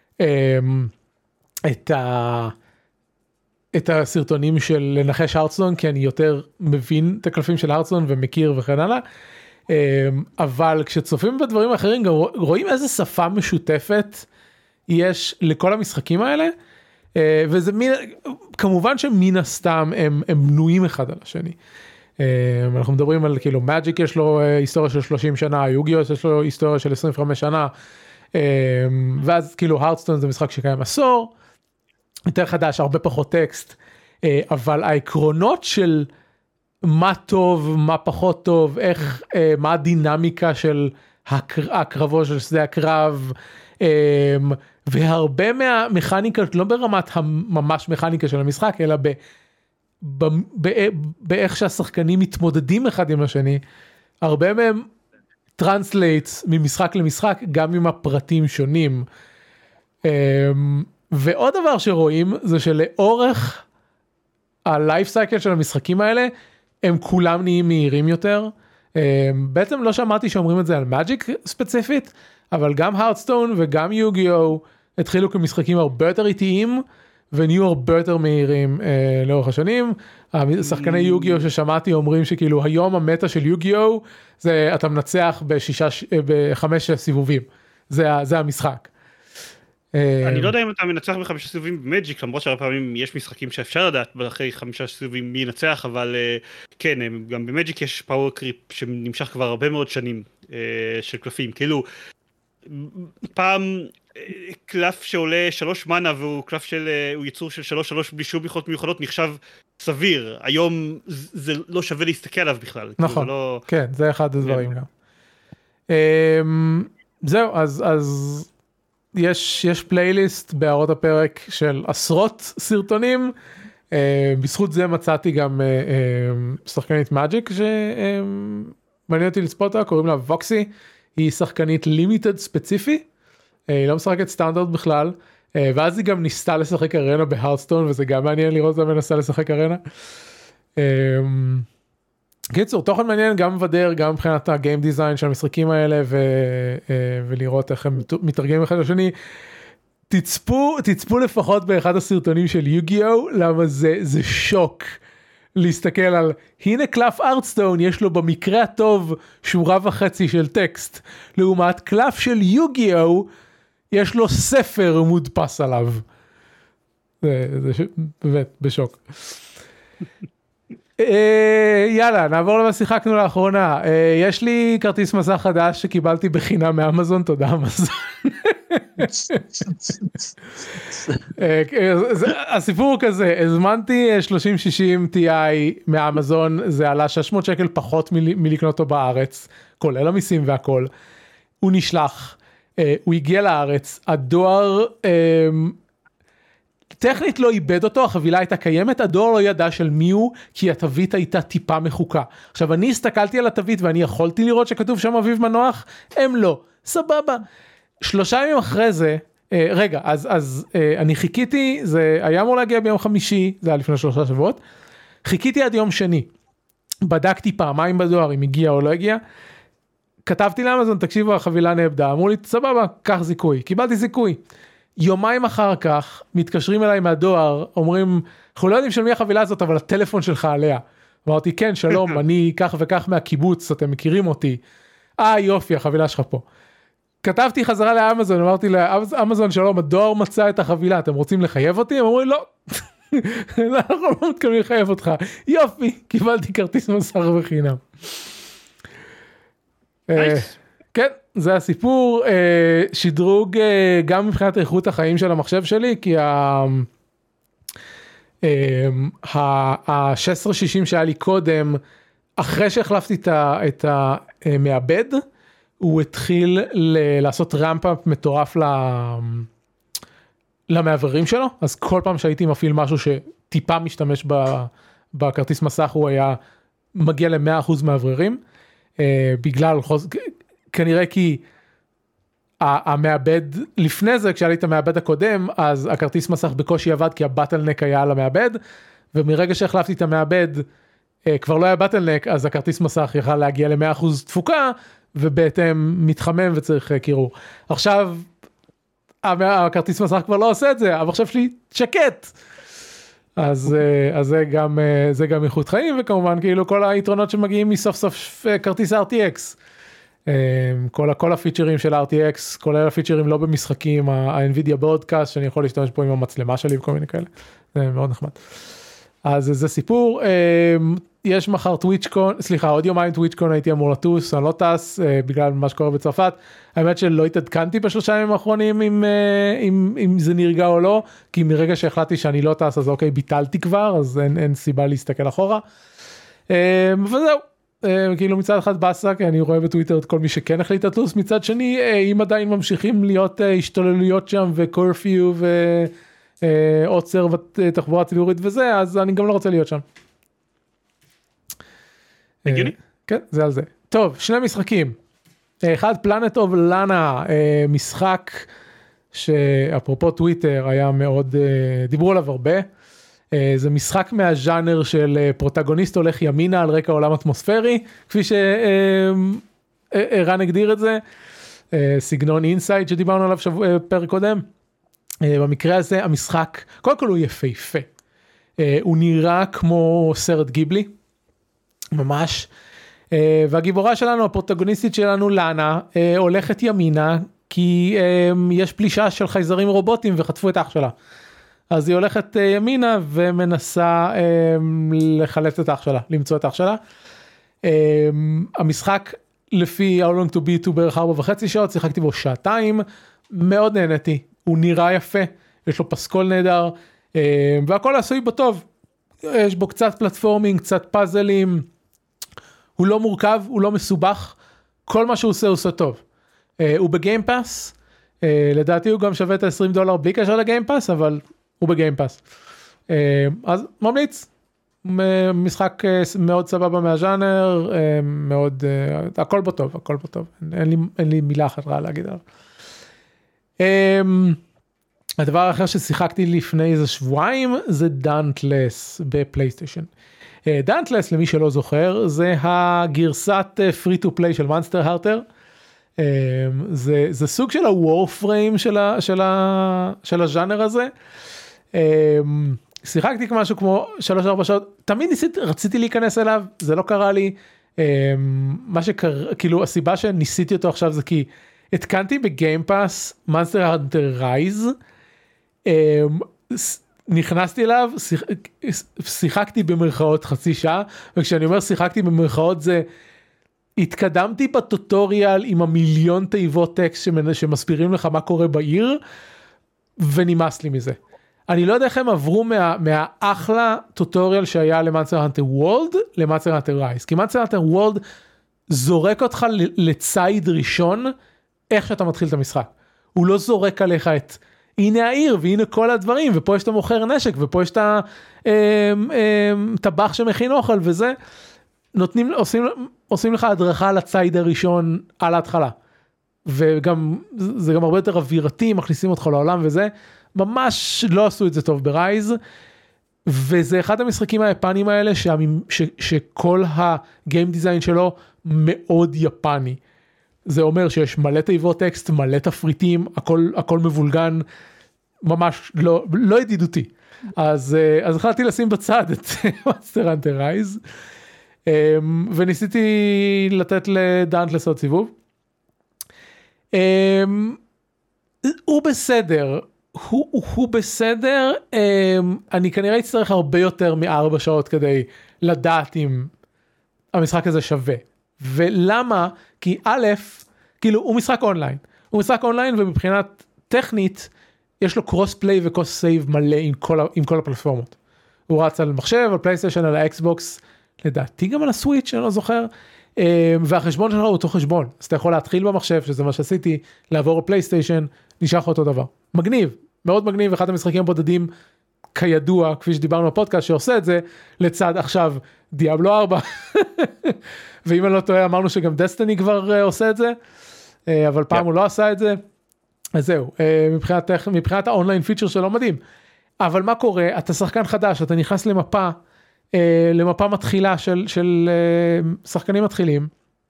את ה... את הסרטונים של לנחש הרדסטון, כי אני יותר מבין את הקלפים של הרדסטון ומכיר וכן הלאה, אבל כשצופים בדברים האחרים גם רואים איזה שפה משותפת יש לכל המשחקים האלה, וזה מין, כמובן שמן הסתם הם, הם בנויים אחד על השני. אנחנו מדברים על כאילו Magic יש לו היסטוריה של שלושים שנה, יוגיו יש לו היסטוריה של עשרים וחמש שנה, ואז כאילו הרדסטון זה משחק שקיים עשור, יותר חדש, הרבה פחות טקסט, אבל העקרונות של מה טוב, מה פחות טוב, איך, מה הדינמיקה של הקרבות של שדה הקרב, והרבה מהמכניקה, לא ברמת הממש מכניקה של המשחק, אלא ב, ב, ב, באיך שהשחקנים מתמודדים אחד עם השני, הרבה מהם טרנסלייטס ממשחק למשחק, גם עם הפרטים שונים. ועוד דבר שרואים זה שלאורך הלייף סייקל של המשחקים האלה, הם כולם נהיים מהירים יותר. בעצם לא שמעתי שאומרים את זה על Magic ספציפית, אבל גם הרדסטון וגם יוגיו התחילו כמשחקים הרבה יותר איטיים, ונהיו הרבה יותר מהירים לאורך השנים. השחקני יוגיו ששמעתי אומרים שכאילו היום המטה של יוגיו, זה אתה מנצח בשישה, בחמש סיבובים. זה, זה המשחק.
אני לא יודע אם אתה מנצח בחמישה סיבובים במג'יק, למרות שהרבה פעמים יש משחקים שאפשר לדעת אחרי חמישה סיבובים מי ינצח, אבל כן, גם במג'יק יש פאוור קריפ שנמשך כבר הרבה מאוד שנים של קלפים, כאילו פעם קלף שעולה שלוש מנה והוא קלף של, הוא יצור של שלוש שלוש בלי שום יכולות מיוחדות נחשב סביר, היום זה לא שווה להסתכל עליו בכלל.
נכון, כן, זה אחד הדברים גם. זהו, אז אז יש, יש פלייליסט בהערות הפרק של עשרות סרטונים, uh, בזכות זה מצאתי גם uh, uh, שחקנית Magic שמעניין אותי לצפות אותה, קוראים לה ווקסי, היא שחקנית לימיטד ספציפי, uh, היא לא משחקת סטנדרט בכלל, uh, ואז היא גם ניסתה לשחק ארנה בהרדסטון, וזה גם מעניין לראות אותה מנסה לשחק ארנה. Uh, קיצור, תוכן מעניין גם מבדר, גם מבחינת הגיים דיזיין של המשחקים האלה, ו, ולראות איך הם מתרגמים אחד לשני. תצפו, תצפו לפחות באחד הסרטונים של יוגיו, למה זה, זה שוק להסתכל על, הנה קלף ארדסטון, יש לו במקרה הטוב שורה וחצי של טקסט, לעומת קלף של יוגיו, יש לו ספר מודפס עליו. זה, זה ש... באמת, בשוק. יאללה, נעבור למה שיחקנו לאחרונה. יש לי כרטיס מסע חדש שקיבלתי בחינם מאמזון, תודה אמזון. הסיפור הוא כזה, הזמנתי שלושים שישים טי איי מאמזון, זה עלה שש מאות שקל פחות מלקנות אותו בארץ, כולל המיסים והכל. הוא נשלח, הוא הגיע לארץ, הדואר טכנית לא איבד אותו, החבילה הייתה קיימת, הדואר לא ידע של מי הוא, כי התווית הייתה טיפה מחוקה. עכשיו אני הסתכלתי על התווית ואני יכולתי לראות שכתוב שם אביב מנוח, הם לא, סבבה. שלושה ימים אחרי זה, אה, רגע, אז, אז אה, אני חיכיתי, זה היה אמור להגיע ביום חמישי, זה היה לפני שלושה שבועות, חיכיתי עד יום שני, בדקתי פעמיים בדואר אם הגיע או לא הגיע, כתבתי לאמזון, תקשיבו, החבילה נאבדה, אמרו לי, סבבה, קח זיכוי, קיבלתי זיכוי. יומיים אחר כך, מתקשרים אליי מהדואר, אומרים, אנחנו לא יודעים של מי החבילה הזאת, אבל הטלפון שלך עליה. אמרתי, כן, שלום, אני כך וכך מהקיבוץ, אתם מכירים אותי. אה, יופי, החבילה שלך פה. כתבתי חזרה לאמזון, אמרתי לאמזון, שלום, הדואר מצא את החבילה, אתם רוצים לחייב אותי? הם אומרים, לא. אנחנו לא מתכוונים לחייב אותך. יופי, קיבלתי כרטיס מסע בחינם. כן, זה הסיפור, שדרוג גם מבחינת איכות החיים של המחשב שלי, כי ה-שש עשרה שישים שהיה לי קודם, אחרי שהחלפתי את המעבד, הוא התחיל לעשות רמפ-אפ מטורף למעברים שלו, אז כל פעם שהייתי מפעיל משהו שטיפה משתמש בכרטיס מסך, הוא היה מגיע ל-מאה אחוז מעבררים, בגלל, כנראה כי המעבד, לפני זה כשהיה לי את המעבד הקודם, אז הכרטיס מסך בקושי עבד, כי הבטלנק היה על המעבד, ומרגע שהחלפתי את המעבד, כבר לא היה בטלנק, אז הכרטיס מסך יכל להגיע ל-מאה אחוז תפוקה, ובהתאם מתחמם וצריך קירור. עכשיו, הכרטיס מסך כבר לא עושה את זה, אבל עכשיו שלי שקט. אז, אז זה גם, זה גם איכות חיים, וכמובן כאילו כל היתרונות שמגיעים מסוף סוף כרטיס אר טי אקס. כל, כל הפיצ'רים של אר טי אקס, כולל הפיצ'רים לא במשחקים, ה-NVIDIA ברודקאסט, שאני יכול להשתמש פה עם המצלמה שלי וכל מיני כאלה. זה מאוד נחמד. אז זה סיפור. יש מחר טוויצ'קון, סליחה, עוד יומיים טוויצ'קון הייתי אמור לטוס, אני לא טס, בגלל מה שקורה בצרפת. האמת שלא התעדכנתי בשלושה ימים האחרונים אם, אם, אם זה נרגע או לא, כי מרגע שהחלטתי שאני לא טס, אז אוקיי, ביטלתי כבר, אז אין, אין סיבה להסתכל אחורה. וזהו, כאילו מצד אחד בסה, כי אני רואה בטוויטר את כל מי שכן החליט לטוס, מצד שני, אם עדיין ממשיכים להיות השתוללויות שם, וקורפיו, ועוצר ותחבורה ציבורית וזה, אז אני גם לא רוצה להיות שם.
הגיוני?
כן, זה על זה. טוב, שני משחקים. אחד, Planet of Lana, משחק שאפרופו טוויטר היה מאוד, דיברו עליו הרבה. זה משחק מהז'אנר של פרוטגוניסט הולך ימינה על רקע עולם אטמוספרי, כפי שערן הגדיר את זה. סגנון אינסייד שדיברנו עליו שבוע, פרק קודם. במקרה הזה המשחק, קודם כל הוא יפהפה. הוא נראה כמו סרט גיבלי. ממש, והגיבורה שלנו, הפרוטגוניסטית שלנו, לאנה, הולכת ימינה, כי יש פלישה של חייזרים רובוטים וחטפו את אח שלה. אז היא הולכת ימינה ומנסה לחלץ את אח שלה, למצוא את אח שלה. המשחק, לפי How Long to Beat, הוא בערך ארבע וחצי שעות, שיחקתי בו שעתיים, מאוד נהניתי, הוא נראה יפה, יש לו פסקול נהדר, והכל עשוי בו טוב. יש בו קצת פלטפורמינג, קצת פאזלים, הוא לא מורכב, הוא לא מסובך, כל מה שהוא עושה, הוא עושה טוב. Uh, הוא בגיימפאס, uh, לדעתי הוא גם שווה את ה-עשרים דולר בלי קשר לגיימפאס, אבל הוא בגיימפאס. Uh, אז ממליץ, משחק uh, מאוד סבבה מהז'אנר, uh, מאוד, uh, הכל בו טוב, הכל בו טוב, אין לי, אין לי מילה אחת רעה להגיד עליו. Um, הדבר האחר ששיחקתי לפני איזה שבועיים, זה דאנטלס בפלייסטיישן. דאנטלס, למי שלא זוכר, זה הגרסת פרי טו פליי של מונסטר הרטר. זה, זה סוג של הוורפריים של, ה, של, ה, של הז'אנר הזה. שיחקתי משהו כמו שלוש ארבע שעות, תמיד ניסיתי, רציתי להיכנס אליו, זה לא קרה לי. מה שקרה, כאילו הסיבה שניסיתי אותו עכשיו זה כי התקנתי בגיימפאס מונסטר הרטר רייז, נכנסתי אליו, שיח... שיחקתי במרכאות חצי שעה, וכשאני אומר שיחקתי במרכאות זה, התקדמתי בטוטוריאל עם המיליון תיבות טקסט שמסבירים לך מה קורה בעיר, ונמאס לי מזה. אני לא יודע איך הם עברו מה, מהאחלה טוטוריאל שהיה למונסטר הנטר וורלד, למונסטר הנטר רייז, כי מונסטר הנטר וורלד זורק אותך לצייד ראשון, איך שאתה מתחיל את המשחק. הוא לא זורק עליך את הנה העיר, והנה כל הדברים, ופה יש את המוכר נשק, ופה יש את הטבח שמכין אוכל, וזה, נותנים, עושים, עושים לך הדרכה לצייד הראשון על ההתחלה, וגם, זה גם הרבה יותר אווירתי, מכניסים אותך לעולם, וזה, ממש לא עשו את זה טוב ברייז, וזה אחד המשחקים היפנים האלה, ש, ש, שכל הגיים דיזיין שלו, מאוד יפני, זה אומר שיש מלא תיבות טקסט, מלא תפריטים, הכל, הכל מבולגן, ממש לא, לא ידידותי. אז, אז החלטתי לשים בצד את מונסטר הנטר רייז, וניסיתי לתת לדאנטלס עוד סיבוב. הוא בסדר, הוא, הוא, הוא בסדר, אני כנראה אצטרך הרבה יותר מארבע שעות כדי לדעת אם המשחק הזה שווה. ולמה? כי א', כאילו הוא משחק אונליין, הוא משחק אונליין ומבחינת טכנית, יש לו קרוס פליי וקרוס סייב מלא עם כל, עם כל הפלטפורמות. הוא רץ על מחשב, על פלייסטיישן, על האקסבוקס, לדעתי גם על הסוויץ', אני לא זוכר, והחשבון שלך הוא אותו חשבון, אז אתה יכול להתחיל במחשב, שזה מה שעשיתי, לעבור לפלייסטיישן, נשאר אותו דבר. מגניב, מאוד מגניב, אחד המשחקים הבודדים, כידוע, כפי שדיברנו בפודקאסט, שעושה את זה, לצד עכשיו דיאבלו ארבע, ואם אני לא טועה, אמרנו שגם דסטיני כבר עושה את זה, אבל פעם הוא לא עשה את זה, אז זהו, מבחינת, מבחינת האונליין פיצ'ר שלו מדהים, אבל מה קורה? אתה שחקן חדש, אתה נכנס למפה, למפה מתחילה של, של שחקנים מתחילים,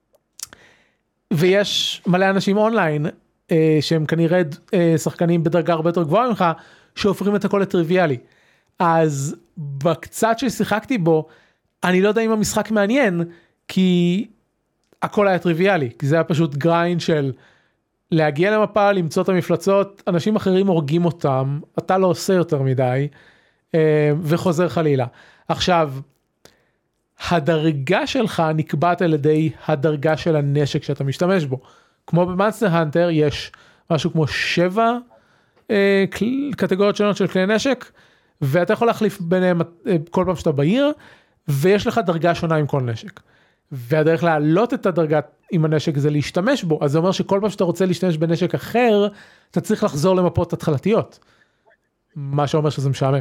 ויש מלא אנשים אונליין, שהם כנראה שחקנים בדרגה הרבה יותר גבוהה ממך, שהופכים את הכל לטריוויאלי. אז בקצת ששיחקתי בו, אני לא יודע אם המשחק מעניין, כי הכל היה טריוויאלי, כי זה היה פשוט גריינד של להגיע למפה, למצוא את המפלצות, אנשים אחרים הורגים אותם, אתה לא עושה יותר מדי, וחוזר חלילה. עכשיו, הדרגה שלך נקבעת על ידי הדרגה של הנשק שאתה משתמש בו. כמו במאנסטר הנטר יש משהו כמו שבע אה, קטגוריות שונות של כלי נשק, ואתה יכול להחליף ביניהם אה, כל פעם שאתה בעיר, ויש לך דרגה שונה עם כל נשק. והדרך להעלות את הדרגה עם הנשק זה להשתמש בו, אז זה אומר שכל פעם שאתה רוצה להשתמש בנשק אחר, אתה צריך לחזור למפות התחלתיות. מה שאומר שזה משעמם.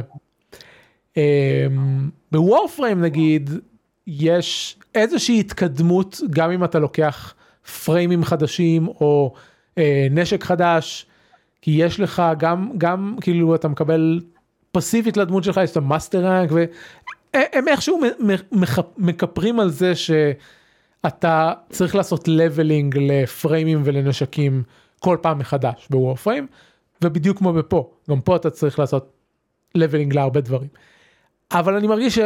בוורפריים נגיד, יש איזושהי התקדמות, גם אם אתה לוקח פריימים חדשים, או אה, נשק חדש, כי יש לך גם, גם כאילו אתה מקבל פסיבית לדמות שלך, יש את המאסטר רנק, והם איכשהו מקפרים על זה, שאתה צריך לעשות לבלינג לפריימים ולנשקים, כל פעם מחדש בוורפריים, ובדיוק כמו בפה, גם פה אתה צריך לעשות לבלינג להרבה דברים. אבל אני מרגיש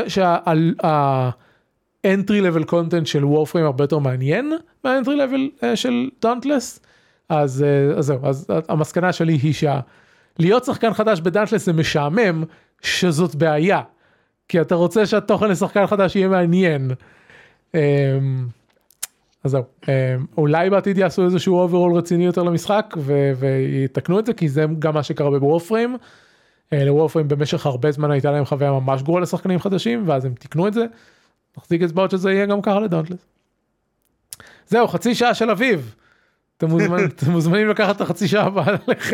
שה-entry level content של Warframe הרבה יותר מעניין מה-entry level של Dauntless, אז זהו, אז המסקנה שלי היא שלהיות שחקן חדש ב-Dauntless זה משעמם, שזאת בעיה, כי אתה רוצה שהתוכן לשחקן חדש יהיה מעניין. אז זהו, אולי בעתיד יעשו איזשהו overall רציני יותר למשחק, ויתקנו את זה, כי זה גם מה שקרה ב-Warframe, לוורפריים במשך הרבה זמן הייתה להם חוויה ממש גרועה לשחקנים חדשים, ואז הם תיקנו את זה, נחזיק אצבעות שזה יהיה גם ככה לדאונטלס. זהו, חצי שעה של אביב, אתם מוזמנים לקחת את החצי שעה הבאה לכם.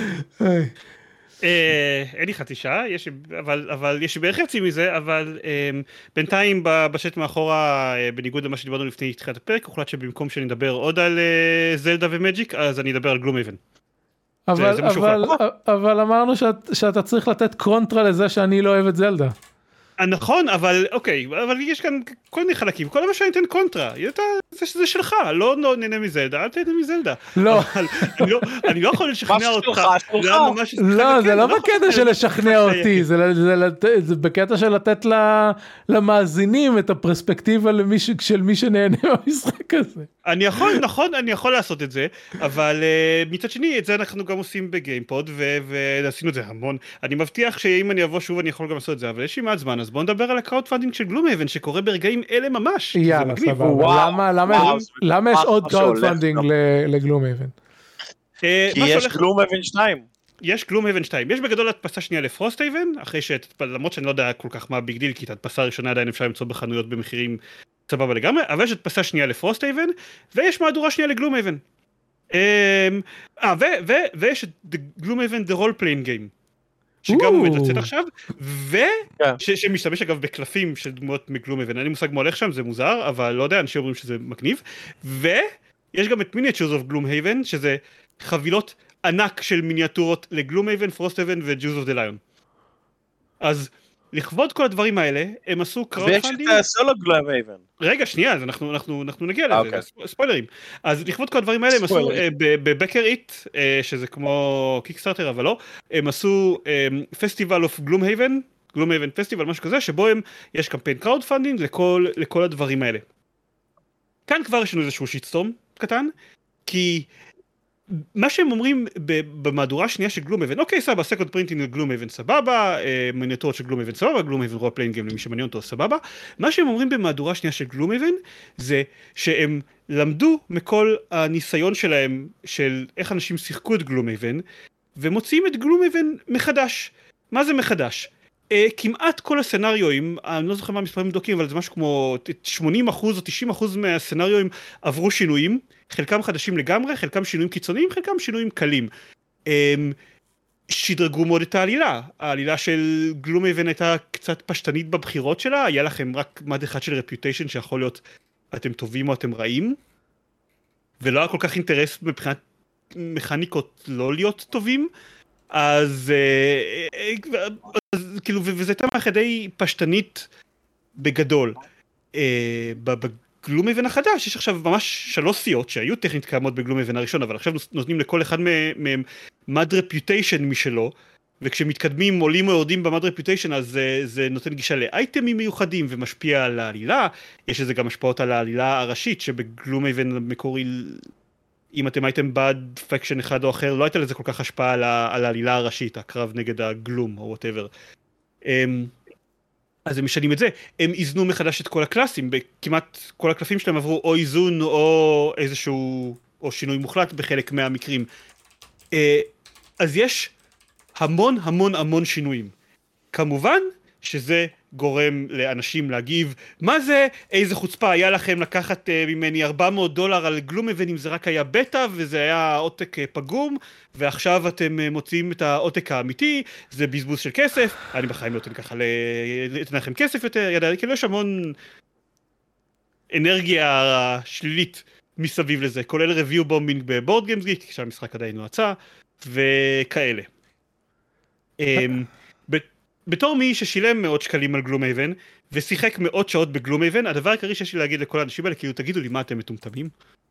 אין לי חצי שעה, אבל יש בערך חצי מזה, אבל בינתיים בשט מאחורה, בניגוד למה שדיברנו לפני תחילת הפרק, הוחלט שבמקום שאני אדבר עוד על זלדה ומג'יק, אז אני אדבר על גלומהייבן.
אבל, אבל, אבל אמרנו שאת, שאתה צריך לתת קונטרה לזה שאני לא אוהב את זלדה.
נכון, אבל אוקיי, אבל יש כאן כל מיני חלקים, כל מה שאני אתן קונטרה, זה שלך, לא נהנה מזלדה, אל תהנה מזלדה.
לא.
אני לא יכול לשכנע אותך.
לא, זה לא בקטע של לשכנע אותי, זה בקטע של לתת למאזינים את הפרספקטיבה של מי שנהנה מהמשחק הזה.
אני יכול, נכון, אני יכול לעשות את זה, אבל מצד שני, את זה אנחנו גם עושים בגיימפוד, ועשינו את זה המון. אני מבטיח שאם אני אבוא שוב, אני יכול גם לעשות את זה, אבל יש לי מעט זמן, אז בואו נדבר על הקראוד פאנדינג של גלומהייבן, שקורה ברגעים אלה ממש.
יאללה, סבבה. למה יש עוד קראוד פאנדינג לגלומהייבן?
כי יש גלומהייבן שתיים.
יש גלומהייבן שתיים. יש בגדול הדפסה שנייה לפרוסטהייבן, אחרי שלמרות שאני לא יודע כל כך מה ביג דיל, כי את הדפסה הראשונה עדיין אפשר למצוא בחנויות במחירים סבבה לגמרי, אבל יש הדפסה שנייה לפרוסטהייבן, ויש מהדורה שנייה לגלומהייבן. אה, ויש את גלומהייבן The Role Playing Game. שגם הוא מתרצת עכשיו, ושמשתמש אגב בקלפים של דמויות מגלומהייבן, אין לי מושג מה הולך שם, זה מוזר, אבל לא יודע, אנשים אומרים שזה מגניב, ויש גם את Miniatures of Gloomhaven, שזה חבילות ענק של מיניאטורות לגלומהייבן, פרוסטהייבן ו-Jewels of the Lion. אז לכבוד כל הדברים האלה, הם עשו קראודפנדינג.
ויש את הסולו גלומהייבן.
רגע, שנייה, אז אנחנו, אנחנו, אנחנו נגיע לזה, okay. ספוילרים. אז לכבוד כל הדברים האלה, הם עשו בבקר איט, שזה כמו קיקסטארטר, אבל לא, הם עשו פסטיבל אוף גלומהייבן, גלומהייבן פסטיבל, משהו כזה, שבו הם, יש קמפיין קראודפנדינג לכל, לכל הדברים האלה. כאן כבר יש לנו איזשהו שיטסטורם קטן, כי מה שהם אומרים במהדורה השנייה של גלומהייבן, אוקיי, סבבה, סקונד פרינטינג לגלומהייבן סבבה, מיניאטורות של גלומהייבן סבבה, גלומהייבן רול פליינג גיים למי שמעניין אותו סבבה. מה שהם אומרים במהדורה השנייה של גלומהייבן, זה שהם למדו מכל הניסיון שלהם, של איך אנשים שיחקו את גלומהייבן, ומוציאים את גלומהייבן מחדש. מה זה מחדש? כמעט כל הסצנריואים, אני לא זוכר מה המספרים מדוקים, אבל זה משהו כמו שמונים אחוז או תשעים אחוז מהסצנריואים עברו שינויים, חלקם חדשים לגמרי, חלקם שינויים קיצוניים, חלקם שינויים קלים. שדרגו מאוד את העלילה, העלילה של גלומהייבן הייתה קצת פשטנית בבחירות שלה, היה לכם רק מד אחד של רפיוטיישן שיכול להיות אתם טובים או אתם רעים, ולא היה כל כך אינטרס מבחינת מכניקות לא להיות טובים, אז, אז כאילו, וזה הייתה מערכת די פשטנית בגדול. בגלומהייבן החדש יש עכשיו ממש שלוש סיעות שהיו טכנית קיימות בגלומהייבן הראשון, אבל עכשיו נותנים לכל אחד מהם מד רפיוטיישן משלו, וכשמתקדמים עולים או יורדים במד רפיוטיישן, אז זה, זה נותן גישה לאייטמים מיוחדים ומשפיע על העלילה. יש לזה גם השפעות על העלילה הראשית, שבגלומהייבן המקורי, אם אתם הייתם בעד פקשן אחד או אחר, לא הייתה לזה כל כך השפעה על, על העלילה הראשית, הקרב נגד הגלום או whatever. אז הם משנים את זה, הם איזנו מחדש את כל הקלאסים, כמעט כל הקלפים שלהם עברו או איזון או איזשהו, או שינוי מוחלט בחלק מהמקרים. אז יש המון המון המון שינויים. כמובן שזה גורם לאנשים להגיב, מה זה, איזה חוצפה היה לכם לקחת uh, ממני ארבע מאות דולר על גלומהייבן אם זה רק היה בטא וזה היה עותק uh, פגום, ועכשיו אתם uh, מוצאים את העותק האמיתי, זה בזבוז של כסף, אני בחיים לא אתן ככה לתן לכם כסף יותר, ידע, כאילו יש המון אנרגיה שלילית מסביב לזה, כולל ריוויו בומבינג בבורד גיימס גיק, כשהמשחק עדיין לא יצא, וכאלה. בתור מי ששילם מאות שקלים על גלומהייבן, ושיחק מאות שעות בגלומהייבן, הדבר העיקרי שיש לי להגיד לכל האנשים האלה, כאילו תגידו לי מה אתם מטומטמים?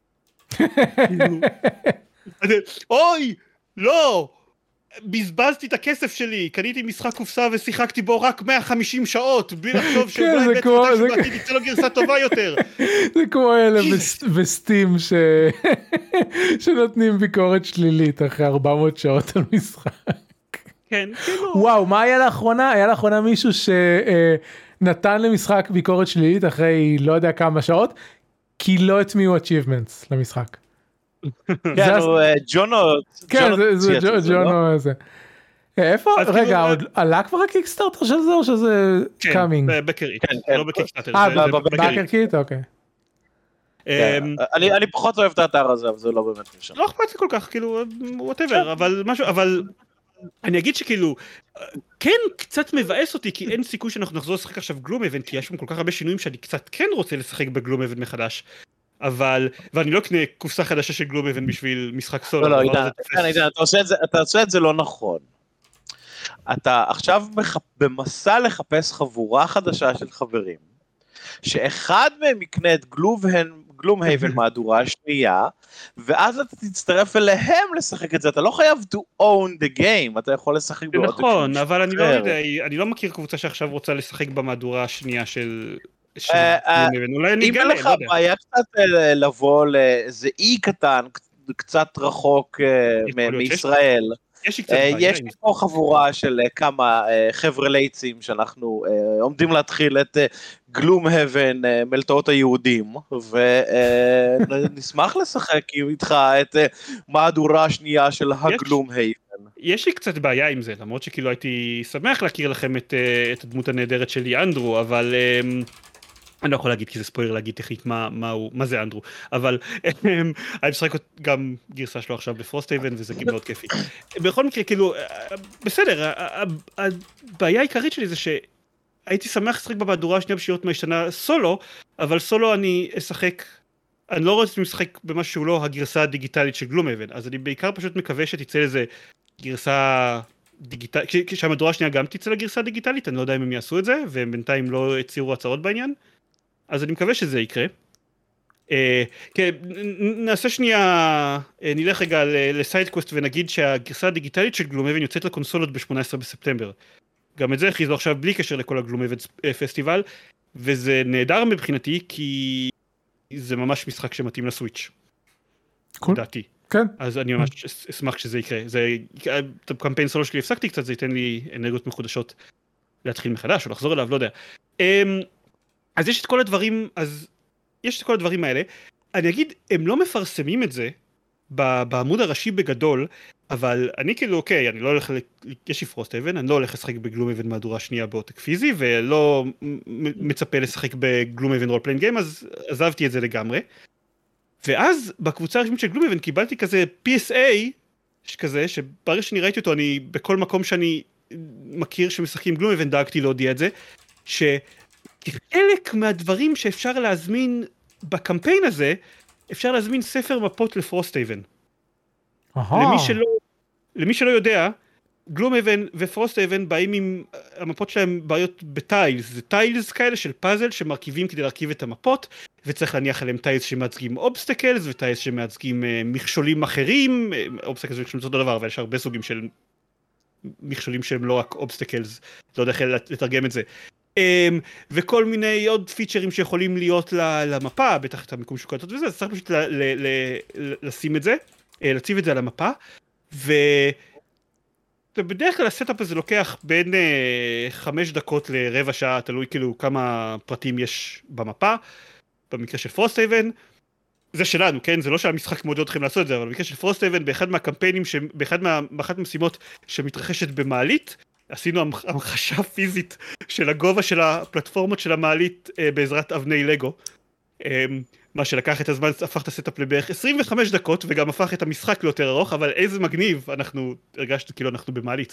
אוי, לא! בזבזתי את הכסף שלי, קניתי משחק קופסה ושיחקתי בו רק מאה וחמישים שעות, בלי לחשוב שאולי בעצם שבעתיד יצא לו גרסה טובה יותר.
זה כמו אלה בסטים שנותנים ביקורת שלילית אחרי ארבע מאות שעות על משחק.
כן, כאילו.
וואו, מה היה לאחרונה? היה לאחרונה מישהו שנתן למשחק ביקורת שלילית אחרי לא יודע כמה שעות, כי לא הטמיעו achievements למשחק.
כן, הוא ג'ונו.
כן, זה ג'ונו הזה. איפה? רגע, עלה כבר הקיקסטארטר של זה או שזה קאמינג?
כן, בקרית, לא בקיקסטארטר.
אה, בקרקית? אוקיי.
אני פחות אוהב את האתר הזה, אבל זה לא באמת משנה.
לא אכפת לי כל כך, כאילו, whatever, אבל משהו, אבל אני אגיד שכאילו, כן קצת מבאס אותי, כי אין סיכוי שאנחנו נחזור לשחק עכשיו גלומהייבן, כי יש שם כל כך הרבה שינויים שאני קצת כן רוצה לשחק בגלומהייבן מחדש, אבל, ואני לא קנה קופסה חדשה של גלומהייבן בשביל משחק סולו.
לא, לא, עידן, עידן, אתה עושה את זה לא נכון. אתה עכשיו במסע לחפש חבורה חדשה של חברים, שאחד מהם יקנה את גלומהייבן מהדורה השנייה, ואז אתה תצטרף אליהם לשחק את זה, אתה לא חייב to own the game, אתה יכול לשחק בעוד.
נכון, אבל אני לא יודע, אני לא מכיר קבוצה שעכשיו רוצה לשחק במהדורה השנייה של גלומהייבן, אולי אני אגלה,
לא יודע. אם לך בעיה קצת לבוא לאיזה אי קטן, קצת רחוק מישראל, יש לי פה חבורה של כמה חבר'ה ליצים שאנחנו עומדים להתחיל את גלומהייבן מלטעות היהודים, ונשמח לשחק איתך את מהדורה השנייה של הגלומהייבן.
יש לי קצת בעיה עם זה, למרות שכאילו הייתי שמח להכיר לכם את הדמות הנהדרת שלי אנדרו, אבל אני לא יכול להגיד כי זה ספוילר להגיד טכנית מה, מה, הוא, מה זה אנדרו, אבל אני משחק גם גרסה שלו עכשיו בפרוסטהייבן וזה כאילו מאוד כיפי. בכל מקרה כאילו, בסדר, הבעיה העיקרית שלי זה שהייתי שמח לשחק במהדורה השנייה בשבילות מהשתנה סולו, אבל סולו אני אשחק, אני לא רוצה לשחק במשהו שהוא לא הגרסה הדיגיטלית של גלומהייבן, אז אני בעיקר פשוט מקווה שתצא לזה גרסה דיגיטלית, כשהמהדורה השנייה גם תצא לגרסה דיגיטלית, אני לא יודע אם הם יעשו את זה, והם בינתיים לא הציעו הצעות בעניין, אז אני מקווה שזה יקרה. כן, נעשה שנייה, נלך רגע לסיידקווסט ונגיד שהגרסה הדיגיטלית של גלומהייבן יוצאת לקונסולות ב-שמונה עשרה בספטמבר. גם את זה הכריזו עכשיו בלי קשר לכל הגלומהייבן פסטיבל, וזה נהדר מבחינתי כי זה ממש משחק שמתאים לסוויץ'. לדעתי.
כן.
אז אני ממש אשמח שזה יקרה. זה, את הקמפיין סולו שלי הפסקתי קצת, זה ייתן לי אנרגיות מחודשות להתחיל מחדש או לחזור אליו, לא יודע. אז יש את כל הדברים, אז יש את כל הדברים האלה. אני אגיד, הם לא מפרסמים את זה בעמוד הראשי בגדול, אבל אני כאילו, אוקיי, אני לא הולך, יש לי פרוסט אבן, אני לא הולך לשחק בגלום אבן מהדורה שנייה בעותק פיזי, ולא מצפה לשחק בגלום אבן רול פליינג גיים, אז עזבתי את זה לגמרי. ואז בקבוצה הרשמית של גלום אבן קיבלתי כזה פי אס איי, כזה, שברגע שאני ראיתי אותו, אני בכל מקום שאני מכיר שמשחקים גלום אבן, דאגתי להודיע את זה, שחלק מהדברים שאפשר להזמין בקמפיין הזה, אפשר להזמין ספר מפות לפרוסט אבן. למי שלא, למי שלא יודע, גלום אבן ופרוסט אבן באים עם המפות שלהם בעיות בטיילס, זה טיילס כאלה של פאזל שמרכיבים כדי להרכיב את המפות, וצריך להניח עליהם טיילס שמייצגים אובסטקלס, וטיילס שמייצגים מכשולים אחרים, אובסטקלס ומכשולים זה אותו דבר, אבל יש הרבה סוגים של מכשולים שהם לא רק אובסטקלס, לא יודע איך לתרגם את זה. וכל מיני עוד פיצ'רים שיכולים להיות למפה, בטח את המיקום שוקלטות וזה, אז צריך פשוט לשים את זה, להציב את זה על המפה, ובדרך כלל הסטאפ הזה לוקח בין חמש דקות לרבע שעה, תלוי כאילו כמה פרטים יש במפה, במקרה של פרוסט אבן, זה שלנו, כן? זה לא שהמשחק מעודד אתכם לעשות את זה, אבל במקרה של פרוסט אבן, באחד מהקמפיינים, באחד מאחת המשימות שמתרחשת במעלית, עשינו המחשה פיזית של הגובה של הפלטפורמות של המעלית בעזרת אבני לגו, מה שלקח את הזמן, הפך את הסטאפ לבערך עשרים וחמש דקות, וגם הפך את המשחק ליותר ארוך, אבל איזה מגניב, אנחנו הרגשנו כאילו אנחנו במעלית.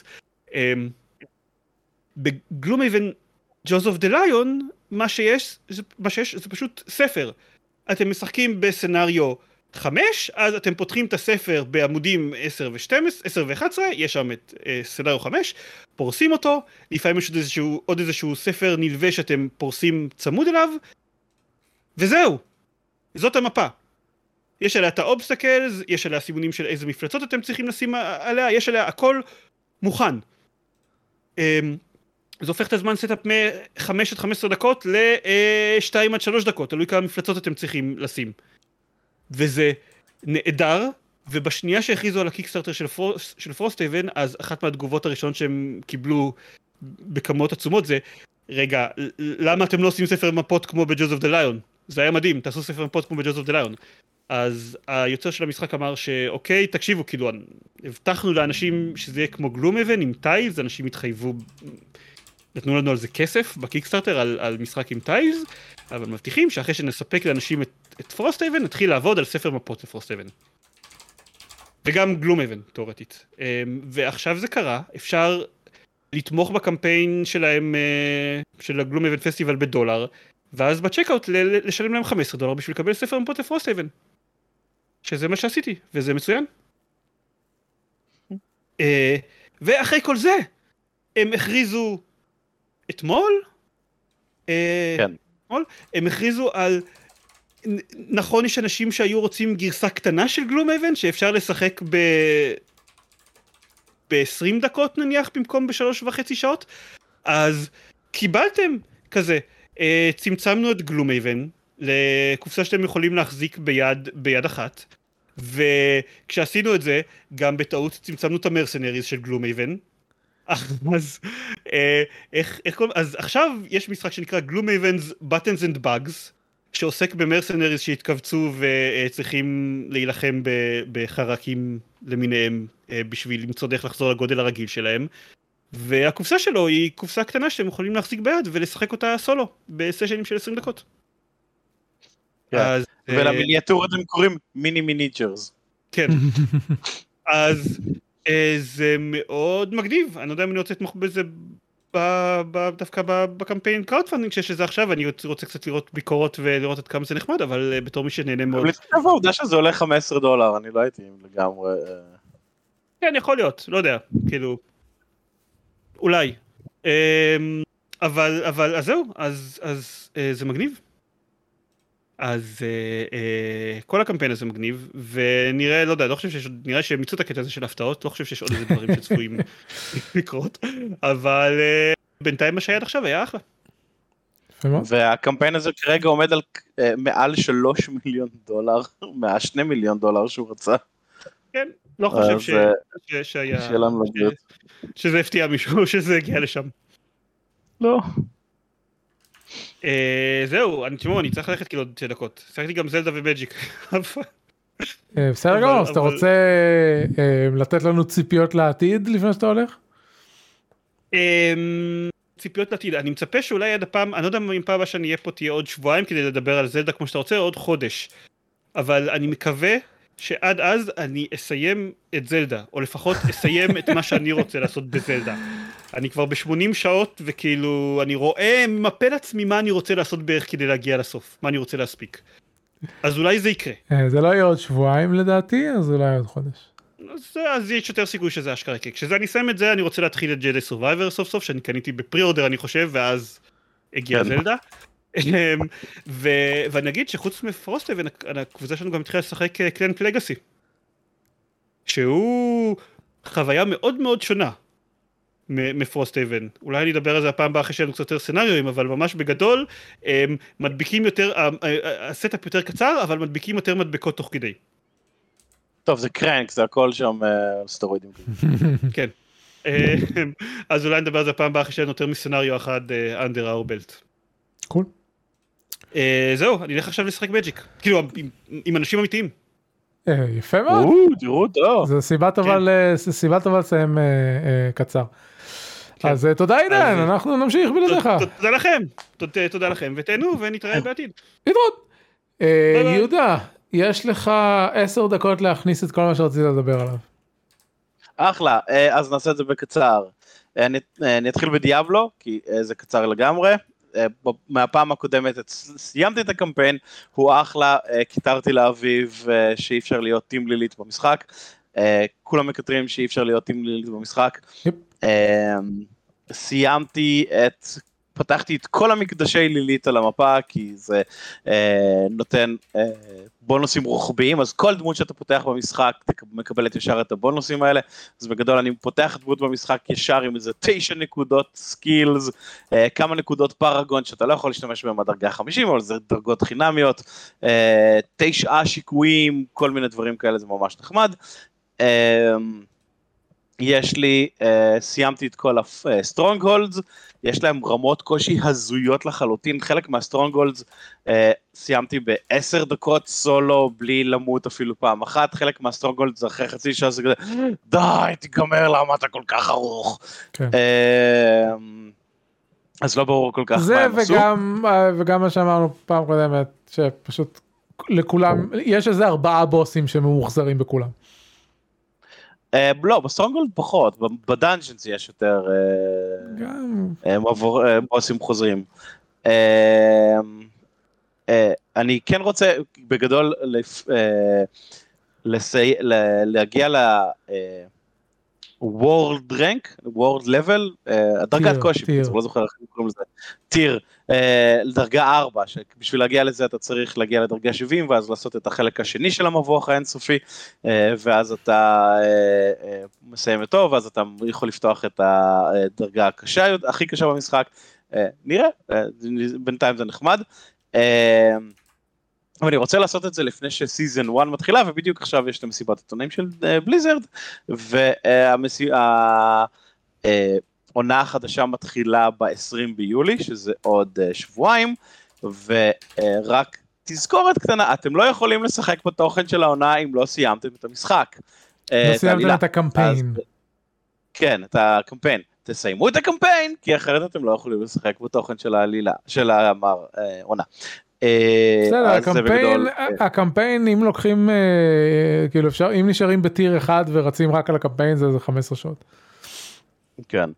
בגלום אבן Jaws of the Lion, מה שיש, מה שיש זה פשוט ספר. אתם משחקים בסנריו חמש, אז אתם פותחים את הספר בעמודים עשר ושתים עשרה, עשר ואחת עשרה, יש שם את אה, סנריו חמש, פורסים אותו, לפעמים יש עוד איזשהו, עוד איזשהו ספר נלווה שאתם פורסים צמוד אליו, וזהו, זאת המפה. יש עליה את האובסטקלס, יש עליה סימונים של איזה מפלצות אתם צריכים לשים עליה, יש עליה הכל מוכן. אה, זה הופך את הזמן סטאפ מ-חמש עד חמש עשרה דקות ל-שתיים עד שלוש דקות, תלוי כמה מפלצות אתם צריכים לשים. וזה נהדר, ובשנייה שהכריזו על הקיקסטארטר של, פרוס, של פרוסט אבן, אז אחת מהתגובות הראשונות שהם קיבלו בכמות עצומות זה, רגע, למה אתם לא עושים ספר מפות כמו ב-Jaws of the Lion? זה היה מדהים, תעשו ספר מפות כמו ב-Jaws of the Lion. אז היוצר של המשחק אמר שאוקיי, תקשיבו, כאילו, הבטחנו לאנשים שזה יהיה כמו גלום אבן עם טיילס, אנשים התחייבו, נתנו לנו על זה כסף בקיקסטארטר על, על משחק עם טיילס, אבל מבטיחים שאחרי שנספק לאנשים את, את פרוסט אבן, נתחיל לעבוד על ספר מפות לפרוסט אבן. וגם גלום אבן, תיאורטית. ועכשיו זה קרה, אפשר לתמוך בקמפיין שלהם, של הגלום אבן פסטיבל בדולר, ואז בצ'קאוט לשלם להם חמישה עשר דולר בשביל לקבל ספר מפות לפרוסט אבן. שזה מה שעשיתי, וזה מצוין. ואחרי כל זה, הם הכריזו אתמול,
כן.
אתמול, הם הכריזו על, נכון יש אנשים שהיו רוצים גרסה קטנה של גלום אבן, שאפשר לשחק ב... ב-עשרים דקות נניח, במקום בשלוש וחצי שעות, אז קיבלתם כזה, צמצמנו את גלום אבן, לקופסה שאתם יכולים להחזיק ביד, ביד אחת, וכשעשינו את זה, גם בטעות צמצמנו את המרסנריז של גלום אבן, אז, איך, איך, אז עכשיו יש משחק שנקרא גלום אבנ's Buttons and Bugs, שעוסק במרסנריז שהתכווצו וצריכים להילחם בחרקים למיניהם בשביל למצוא דרך לחזור לגודל הרגיל שלהם, והקופסה שלו היא קופסה קטנה שאתם יכולים להחזיק ביד ולשחק אותה סולו בסשנים של עשרים דקות.
אז, ולמיניאטורות הם קוראים מיני מיניצ'רס.
כן. אז זה מאוד מגניב, אני לא יודע אם אני רוצה לתמוך בזה דווקא בקמפיין קראודפנדינג שיש לזה עכשיו, אני רוצה קצת לראות ביקורות ולראות עד כמה זה נחמד, אבל בתור מי שנהנה מאוד.
אבל לפני העובדה שזה עולה חמישה עשר דולר, אני לא הייתי לגמרי...
כן, יכול להיות, לא יודע, כאילו... אולי. אבל, אבל, אז זהו, אז, אז זה מגניב. אז כל הקמפיין הזה מגניב, ונראה, לא יודע, לא חושב שיש, נראה שהם מיצו את הקטע הזה של הפתעות, לא חושב שיש עוד איזה דברים שצפויים לקרות, אבל בינתיים מה שהיה עד עכשיו היה אחלה.
והקמפיין הזה כרגע עומד על מעל שלוש מיליון דולר, מהשני מיליון דולר שהוא רצה.
כן, לא חושב שהיה, שזה הפתיע מישהו, שזה הגיע לשם.
לא.
זהו, אני תשמעו, אני צריך ללכת כאילו עוד שתי דקות. שחקתי גם זלדה ומג'יק.
בסדר גמור, אז אתה רוצה לתת לנו ציפיות לעתיד לפני שאתה הולך?
ציפיות לעתיד, אני מצפה שאולי עד הפעם, אני לא יודע אם פעם הבאה שאני אהיה פה תהיה עוד שבועיים כדי לדבר על זלדה כמו שאתה רוצה, עוד חודש, אבל אני מקווה שעד אז אני אסיים את זלדה, או לפחות אסיים את מה שאני רוצה לעשות בזלדה. אני כבר ב-שמונים שעות, וכאילו אני רואה, ממפה לעצמי מה אני רוצה לעשות בערך כדי להגיע לסוף, מה אני רוצה להספיק. אז אולי זה יקרה.
זה לא יהיה עוד שבועיים לדעתי, אז אולי עוד חודש.
אז, אז יש יותר סיכוי שזה אשכרה יקרה. כשזה אני אסיים את זה, אני רוצה להתחיל את ג'די סורווייבר סוף סוף, שאני קניתי בפרי-אורדר אני חושב, ואז הגיע זלדה. ו... ואני אגיד שחוץ מפרוסטהבן, הקבוצה שלנו גם התחילה לשחק קלנק לגאסי. שהוא חוויה מאוד מאוד שונה מפרוסטהבן. אולי אני אדבר על זה הפעם הבאה אחרי שיהיה לנו קצת יותר סנריואים, אבל ממש בגדול, מדביקים יותר, הסטאפ יותר קצר, אבל מדביקים יותר מדבקות תוך כדי.
טוב, זה קרנק, זה הכל שם סטרואידים.
כן. אז אולי נדבר על זה הפעם הבאה אחרי שיהיה לנו יותר מסנריו אחד אנדר האור בלט.
קול.
זהו, אני אלך עכשיו לשחק מג'יק. כאילו, עם אנשים אמיתיים.
יפה מאוד.
תראו טוב.
זו סיבה טובה לסיים קצר. אז תודה עידן, אנחנו נמשיך בלעדיך.
תודה לכם, תודה לכם, ותהנו ונתראה בעתיד.
להתראות. יהודה, יש לך עשר דקות להכניס את כל מה שרצית לדבר עליו.
אחלה, אז נעשה את זה בקצר. אני אתחיל בדיאבלו, כי זה קצר לגמרי. מהפעם הקודמת סיימתי את הקמפיין, הוא אחלה, קיטרתי לאביב שאי אפשר להיות טים לילית במשחק, כולם מקטרים שאי אפשר להיות טים לילית במשחק, סיימתי את, פתחתי את כל המקדשי לילית על המפה, כי זה נותן בונוסים רוחביים, אז כל דמות שאתה פותח במשחק מקבלת ישר את הבונוסים האלה, אז בגדול אני פותח דמות במשחק ישר עם איזה תשע נקודות סקילס, כמה נקודות פרגון שאתה לא יכול להשתמש בהם בדרגה חמישים, אבל זה דרגות חינמיות, תשעה שיקויים, כל מיני דברים כאלה, זה ממש נחמד. יש לי, סיימתי את כל הסטרונגהולדס, יש להם רמות קושי הזויות לחלוטין, חלק מהסטרונגהולדס סיימתי בעשר דקות סולו, בלי למות אפילו פעם אחת, חלק מהסטרונגהולדס אחרי חצי שעה זה כזה, די, תיגמר, למה אתה כל כך ארוך? אז לא ברור כל כך מה הם עשו.
זה וגם מה שאמרנו פעם קודמת, שפשוט לכולם, יש איזה ארבעה בוסים שממוחזרים בכולם.
לא, בסטרונגהולד פחות, בדאנג'נס יש יותר בוסים חוזרים. אני כן רוצה בגדול להגיע ל-World Rank, World Level, הדרגת קושי, לא זוכר איך קוראים לזה, טיר, לדרגה ארבע, שבשביל להגיע לזה אתה צריך להגיע לדרגה שבעים, ואז לעשות את החלק השני של המבוך האינסופי, ואז אתה מסיים את טוב, ואז אתה יכול לפתוח את הדרגה הקשה, הכי קשה במשחק, נראה, בינתיים זה נחמד, אבל אני רוצה לעשות את זה לפני שסיזן אחת מתחילה, ובדיוק עכשיו יש את המסיבת עיתונאים של בליזרד, והעונה החדשה מתחילה ב-עשרים ביולי, שזה עוד שבועיים, ורק תזכורת קטנה, אתם לא יכולים לשחק בתוכן של העונה אם לא סיימתם את המשחק.
לא סיימתם את הקמפיין.
כן, את הקמפיין. תסיימו את הקמפיין, כי אחרת אתם לא יכולים לשחק בתוכן של העלילה, של העונה.
בסדר, הקמפיין, אם לוקחים, כאילו אפשר, אם נשארים בטיר אחד ורצים רק על הקמפיין, זה חמש עשרה שעות.
כן.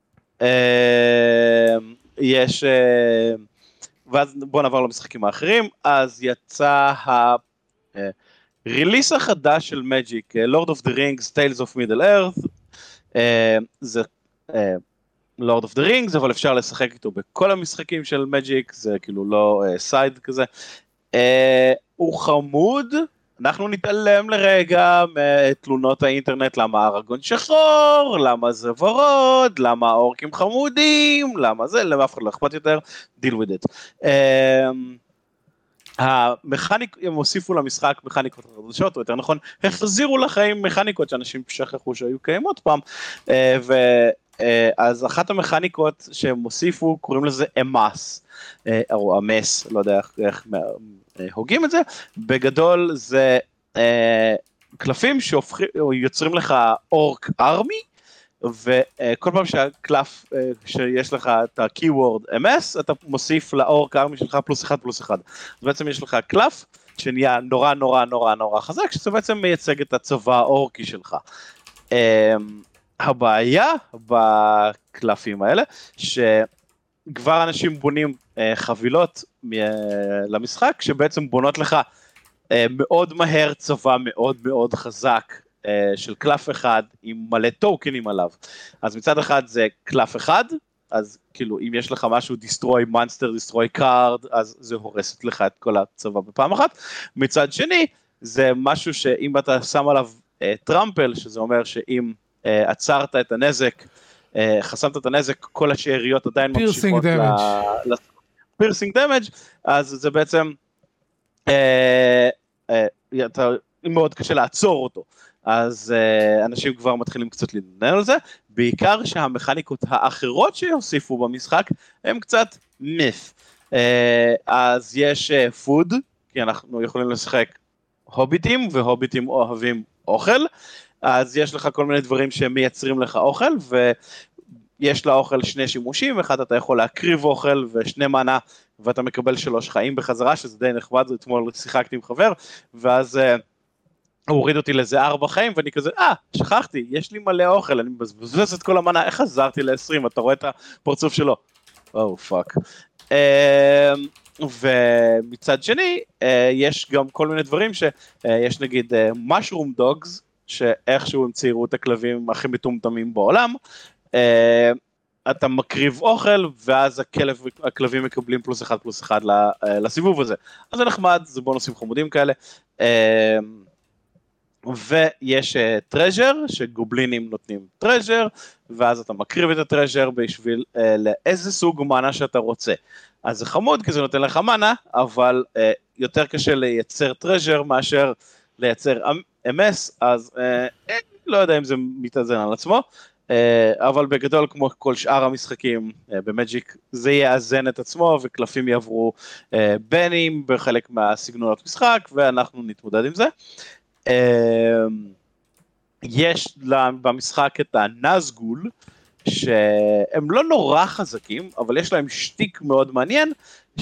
יש, ואז בואו נעבור למשחקים האחרים, אז יצא הריליס החדש של מג'יק, Lord of the Rings, Tales of Middle Earth, זה Lord of the Rings, אבל אפשר לשחק איתו בכל המשחקים של מג'יק, זה כאילו לא סייד uh, כזה. Uh, הוא חמוד, אנחנו נתעלם לרגע מתלונות האינטרנט, למה ארגון שחור, למה זה ורוד, למה האורקים חמודים, למה זה, למה אף אחד לא אכפת יותר, deal with it. Uh, המכניק, הם הוסיפו למשחק מכניקות חדשות, או יותר נכון, החזירו לחיים מכניקות שאנשים שכחו שהיו קיימות פעם, uh, ו... אז אחת המכניקות שהם הוסיפו, קוראים לזה אמס, או אמס, לא יודע איך הוגים את זה, בגדול זה קלפים שיוצרים לך אורק ארמי, וכל פעם שהקלף שיש לך את ה-keyword אם אס, אתה מוסיף לאורק ארמי שלך פלוס אחד פלוס אחד. אז בעצם יש לך קלף שנהיה נורא נורא נורא נורא חזק, שזה בעצם מייצג את הצבא האורקי שלך. הבעיה בקלפים האלה, שכבר אנשים בונים חבילות למשחק, שבעצם בונות לך מאוד מהר צבא מאוד מאוד חזק, של קלף אחד עם מלא טוקנים עליו. אז מצד אחד זה קלף אחד, אז כאילו אם יש לך משהו destroy monster, destroy card, אז זה הורסת לך את כל הצבא בפעם אחת. מצד שני, זה משהו שאם אתה שם עליו אה, טרמפל, שזה אומר שאם אה, עצרת את הנזק, אה, חסמת את הנזק, כל השאריות עדיין ממשיכות ל... פירסינג דמג', אז זה בעצם, אה, אה, אתה, מאוד קשה לעצור אותו. אז uh, אנשים כבר מתחילים קצת להתנהל על זה, בעיקר שהמכניקות האחרות שיוסיפו במשחק, הם קצת מיף. Uh, אז יש פוד, uh, כי אנחנו יכולים לשחק הוביטים, והוביטים אוהבים אוכל, אז יש לך כל מיני דברים שמייצרים לך אוכל, ויש לאוכל שני שימושים, אחד אתה יכול להקריב אוכל, ושני מנה, ואתה מקבל שלוש חיים בחזרה, שזה די נחמד, אתמול שיחקתי עם חבר, ואז... Uh, הוא הוריד אותי לזה ארבע חיים, ואני כזה, אה, שכחתי, יש לי מלא אוכל, אני מבזבז את כל המנה, איך חזרתי ל-עשרים, אתה רואה את הפרצוף שלו? או, פאק. ומצד שני, יש גם כל מיני דברים, שיש נגיד mushroom dogs, שאיכשהו הם ציירו את הכלבים הכי מטומטמים בעולם, אתה מקריב אוכל, ואז הכלב, הכלבים מקבלים פלוס אחד פלוס אחד לסיבוב הזה. אז זה נחמד, זה בונוסים חמודים כאלה. ויש טרז'ר, שגובלינים נותנים טרז'ר, ואז אתה מקריב את הטרז'ר בשביל אה, לאיזה סוג מנה שאתה רוצה. אז זה חמוד, כי זה נותן לך מנה, אבל אה, יותר קשה לייצר טרז'ר מאשר לייצר אם אס, אז אה, אה, לא יודע אם זה מתאזן על עצמו, אה, אבל בגדול, כמו כל שאר המשחקים אה, במג'יק, זה יאזן את עצמו, וקלפים יעברו אה, בנים בחלק מהסגנונות משחק, ואנחנו נתמודד עם זה. יש במשחק את הנזגול, שהם לא נורא חזקים, אבל יש להם שטיק מאוד מעניין,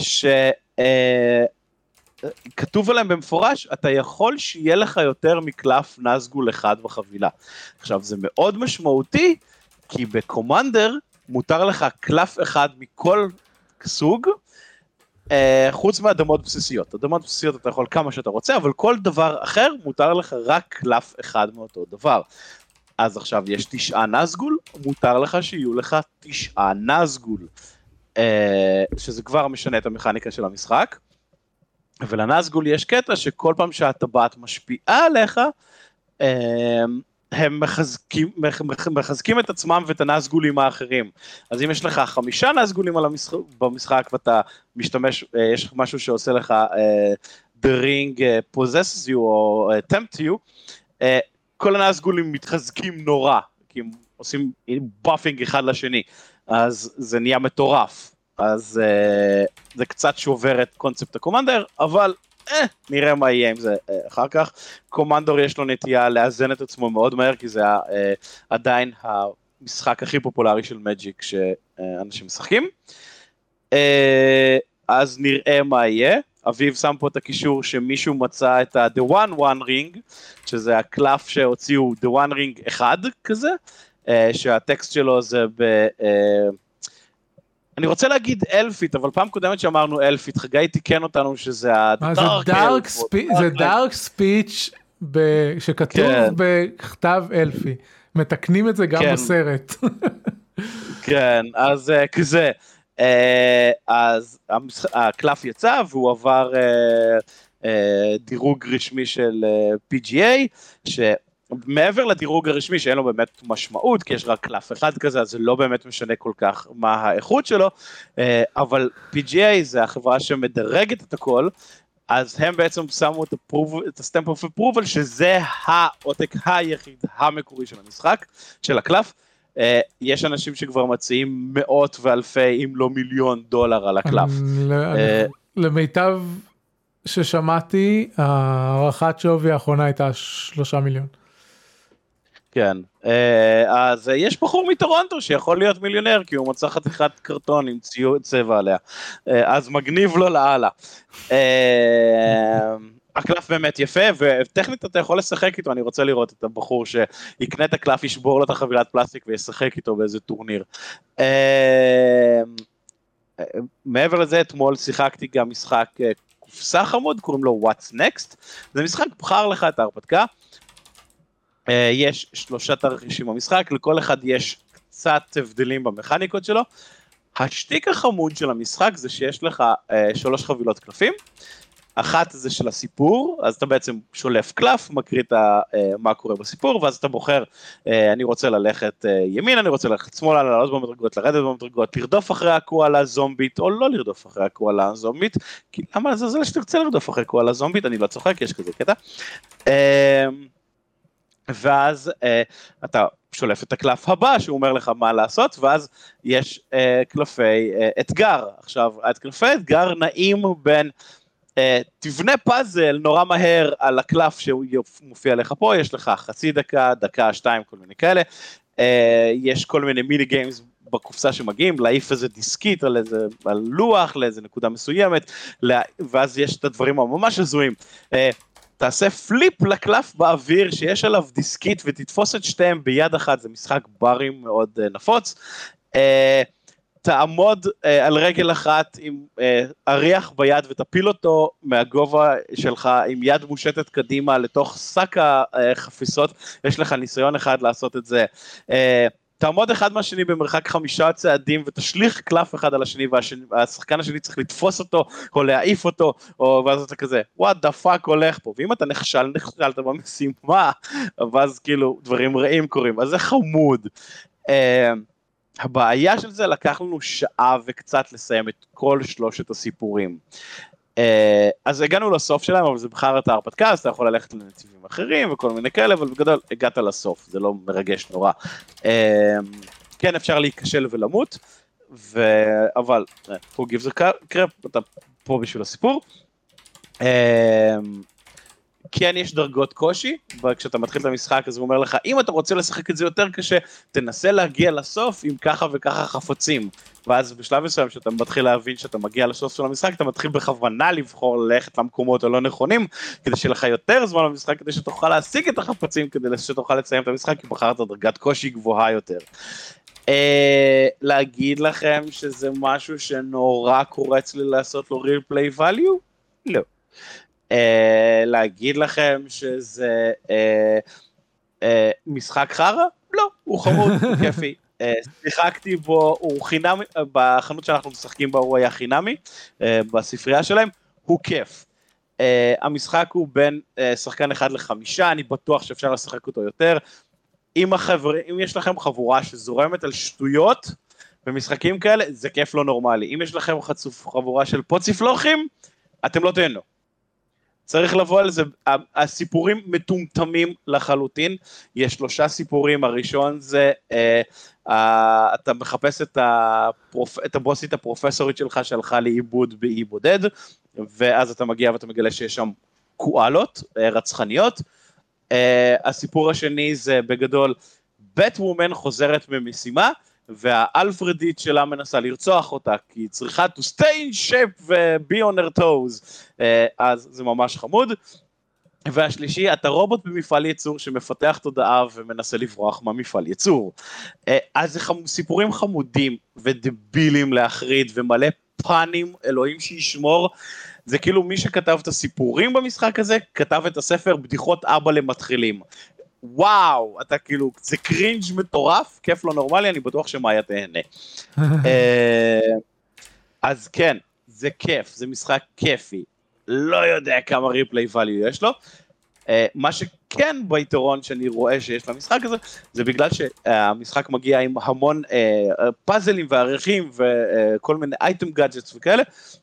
שכתוב עליהם במפורש, אתה יכול שיהיה לך יותר מקלף נזגול אחד בחבילה. עכשיו זה מאוד משמעותי, כי בקומנדר מותר לך קלף אחד מכל סוג, Uh, חוץ מהדמות בסיסיות. הדמות בסיסיות אתה יכול כמה שאתה רוצה, אבל כל דבר אחר מותר לך רק קלף אחד מאותו דבר. אז עכשיו יש תשעה נזגול, מותר לך שיהיו לך תשעה נזגול, uh, שזה כבר משנה את המכניקה של המשחק, ולנזגול יש קטע שכל פעם שהטבעת משפיעה עליך, uh, הם מחזקים, מחזקים את עצמם ואת הנזגולים האחרים. אז אם יש לך חמישה נזגולים על המשחק, במשחק, ואתה משתמש, יש משהו שעושה לך uh, the ring uh, possesses you או uh, tempt you, uh, כל הנזגולים מתחזקים נורא, כי הם עושים buffing אחד לשני, אז זה נהיה מטורף. אז uh, זה קצת שובר את קונספט הקומנדר, אבל אה, נראה מה יהיה עם זה אה, אחר כך. קומנדור יש לו נטייה לאזן את עצמו מאוד מהר, כי זה אה, עדיין המשחק הכי פופולרי של מג'יק שאנשים משחקים. אה, אז נראה מה יהיה. אביב שם פה את הקישור שמישהו מצא את ה-The One One Ring, שזה הקלף שהוציאו The One Ring אחד כזה, אה, שהטקסט שלו זה ב... אה, אני רוצה להגיד אלפית, אבל פעם קודמת שאמרנו אלפית, חגי תיקן אותנו שזה
זה דארק ספיץ' שכתוב בכתב אלפי, מתקנים את זה גם בסרט.
כן, אז כזה, אז הקלף יצא והוא עבר דירוג רשמי של פי ג'י איי, ש... מעבר לדירוג הרשמי שאין לו באמת משמעות, כי יש רק קלף אחד כזה, אז זה לא באמת משנה כל כך מה האיכות שלו, אבל פי ג'י איי זה החברה שמדרגת את הכל, אז הם בעצם שמו את, את הסטמפ אוף אפרובל, שזה העותק היחיד המקורי של המשחק, של הקלף. יש אנשים שכבר מציעים מאות ואלפי, אם לא מיליון דולר על הקלף.
למיטב ששמעתי, הערכת שווי האחרונה הייתה שלושה מיליון.
כן, אז יש בחור מטורונטו שיכול להיות מיליונר, כי הוא מצא חתיכת קרטון עם צבע עליה, אז מגניב לו לעלה. הקלף באמת יפה, וטכנית אתה יכול לשחק איתו, אני רוצה לראות את הבחור שיקנה את הקלף, ישבור לו את החבילת פלסטיק וישחק איתו באיזה טורניר. מעבר לזה, אתמול שיחקתי גם משחק קופסה חמוד, קוראים לו What's Next, זה משחק בחר לך את ההרפתקה, יש שלושה תרחישים במשחק, לכל אחד יש קצת הבדלים במכניקות שלו, השטיק החמוד של המשחק זה שיש לך שלוש חבילות קלפים, אחת זה של הסיפור, אז אתה בעצם שולף קלף, מקריא את מה קורה בסיפור, ואז אתה בוחר, אני רוצה ללכת ימין, אני רוצה ללכת שמאלה, לעלות במדרגות, לרדת במדרגות, לרדוף אחרי הקואלה הזומבית, או לא לרדוף אחרי הקואלה הזומבית, כי למה זה זה שתרצה לרדוף אחרי הקואלה הזומבית, אני לא צוחק, יש כזה קטע. ואז אתה שולף את הקלף הבא, שהוא אומר לך מה לעשות, ואז יש קלפי אתגר. עכשיו, הקלפי אתגר נעים בין, תבנה פאזל נורא מהר על הקלף שהוא מופיע לך פה, יש לך חצי דקה, דקה, שתיים, כל מיני כאלה, יש כל מיני מיני גיימס בקופסה שמגיעים, להעיף איזה דיסקית על איזה על לוח, לאיזה נקודה מסוימת, ואז יש את הדברים הממש הזויים, תעשה פליפ לקלף באוויר שיש עליו דיסקית ותתפוס את שתיהם ביד אחת, זה משחק ברים מאוד נפוץ, תעמוד על רגל אחת עם אריח ביד ותפיל אותו מהגובה שלך עם יד מושטת קדימה לתוך שק החפיסות, יש לך ניסיון אחד לעשות את זה, תעמוד אחד מהשני במרחק חמישה צעדים ותשליך קלף אחד על השני והשחקן השני צריך לתפוס אותו או להעיף אותו, או ואז אתה כזה what the fuck הולך פה, ואם אתה נכשל נכשלת במשימה, ואז כאילו דברים רעים קורים, אז זה חמוד. הבעיה של זה לקח לנו שעה וקצת לסיים את כל שלושת הסיפורים, אז הגענו לסוף שלהם, אבל זה בחר את ההרפתקה, אז אתה יכול ללכת לנתיבים אחרים וכל מיני כאלה, אבל בגדול הגעת לסוף, זה לא מרגש נורא. כן, אפשר להיכשל ולמות, אבל who gives a crap, אתה פה בשביל הסיפור. כן, יש דרגות קושי, כשאתה מתחיל את המשחק, אז הוא אומר לך, אם אתה רוצה לשחק את זה יותר קשה, תנסה להגיע לסוף עם ככה וככה חפצים, ואז בשלב מסוים שאתה מתחיל להבין שאתה מגיע לסוף של המשחק, אתה מתחיל בכוונה לבחור ללכת למקומות הלא נכונים, כדי שיהיה לך יותר זמן למשחק, כדי שתוכל להשיג את החפצים, כדי שתוכל לציין את המשחק, כי בחרת דרגת קושי גבוהה יותר. להגיד לכם שזה משהו שנורא קורץ לי לעשות לו real play value? לא. Uh, להגיד לכם שזה uh, uh, משחק חרה? לא, הוא חמוד, הוא כיפי. Uh, שיחקתי בו, הוא חינמי, uh, בחנות שאנחנו משחקים בה הוא היה חינמי, uh, בספרייה שלהם, הוא כיף. Uh, המשחק הוא בין uh, שחקן אחד לחמישה, אני בטוח שאפשר לשחק אותו יותר. אם, החבר... אם יש לכם חבורה שזורמת על שטויות במשחקים כאלה, זה כיף לא נורמלי. אם יש לכם חצוף חבורה של פוציפלוחים, אתם לא תהנו. צריך לבוא על זה, הסיפורים מטומטמים לחלוטין, יש שלושה סיפורים, הראשון זה, אה, אה, אתה מחפש את, הפרופ... את הבוסית הפרופסורית שלך שהלכה לאיבוד באי בודד, ואז אתה מגיע ואתה מגלה שיש שם קואלות, אה, רצחניות, אה, הסיפור השני זה בגדול, בט וומן חוזרת ממשימה, והאלפרדית שלה מנסה לרצוח אותה, כי היא צריכה to stay in shape ו-be on her toes, אז זה ממש חמוד. והשלישי, אתה רובוט במפעל ייצור שמפתח תודעה ומנסה לברוח מהמפעל ייצור. אז זה סיפורים חמודים ודבילים להחריד ומלא פאנים, אלוהים שישמור. זה כאילו מי שכתב את הסיפורים במשחק הזה, כתב את הספר בדיחות אבא למתחילים. וואו, אתה כאילו, זה קרינג' מטורף, כיף לא נורמלי, אני בטוח שמאיה תהנה. אז כן, זה כיף, זה משחק כיפי, לא יודע כמה ריפליי ואליו יש לו, מה שכן ביתרון שאני רואה שיש למשחק הזה, זה בגלל שהמשחק מגיע עם המון פאזלים וערכים וכל מיני אייטם גאדג'טס וכאלה,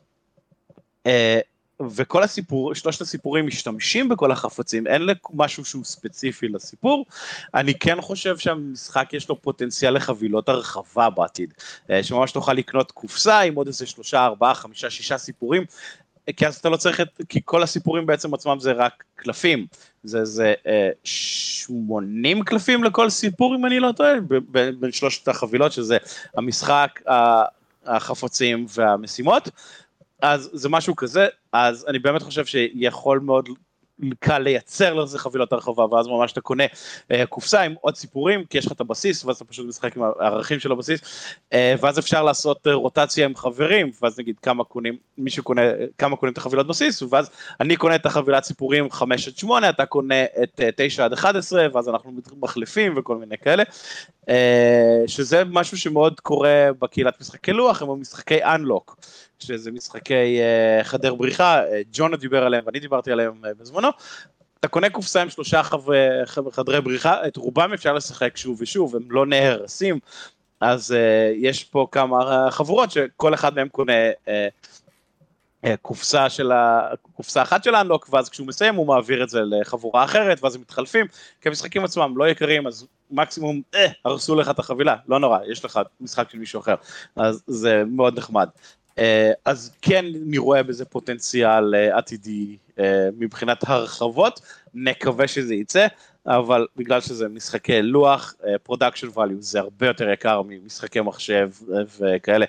וכל הסיפור, שלושת הסיפורים משתמשים בכל החפצים, אין משהו שהוא ספציפי לסיפור, אני כן חושב שהמשחק יש לו פוטנציאל לחבילות הרחבה בעתיד, שממש תוכל לקנות קופסה עם עוד איזה שלושה, ארבעה, חמישה, שישה סיפורים, כי אז אתה לא צריך את, כי כל הסיפורים בעצם עצמם זה רק קלפים, זה, זה אה, שמונים קלפים לכל סיפור, אם אני לא טועה, בין, בין שלושת החבילות, שזה המשחק, החפוצים והמשימות, אז זה משהו כזה, אז אני באמת חושב שיכול מאוד קל לייצר לזה חבילות הרחבה, ואז ממש אתה קונה uh, קופסה עם עוד סיפורים, כי יש לך את הבסיס, ואז אתה פשוט משחק עם הערכים של הבסיס, uh, ואז אפשר לעשות uh, רוטציה עם חברים, ואז נגיד כמה קונים, מישהו קונה, כמה קונים את החבילות בסיס, ואז אני קונה את החבילת סיפורים חמש עד שמונה, אתה קונה את uh, תשע עד אחת עשרה, ואז אנחנו מחליפים וכל מיני כאלה, uh, שזה משהו שמאוד קורה בקהילת משחקי לוח, הם משחקי Unlock, שזה משחקי uh, חדר בריחה, uh, ג'ונה דיבר עליהם ואני דיברתי עליהם uh, בזמנו, אתה קונה קופסה עם שלושה חבר, חבר, חדרי בריחה, את רובם אפשר לשחק שוב ושוב, הם לא נהרסים, אז uh, יש פה כמה חבורות שכל אחד מהם קונה uh, uh, קופסה, של ה, קופסה אחת של האנלוק, ואז כשהוא מסיים הוא מעביר את זה לחבורה אחרת, ואז הם מתחלפים, כי המשחקים עצמם לא יקרים, אז מקסימום, אה, הרסו לך את החבילה, לא נורא, יש לך משחק של מישהו אחר, אז זה מאוד נחמד. אז כן אני רואה בזה פוטנציאל עתידי מבחינת הרחבות, נקווה שזה יצא, אבל בגלל שזה משחקי לוח, production value זה הרבה יותר יקר ממשחקי מחשב וכאלה,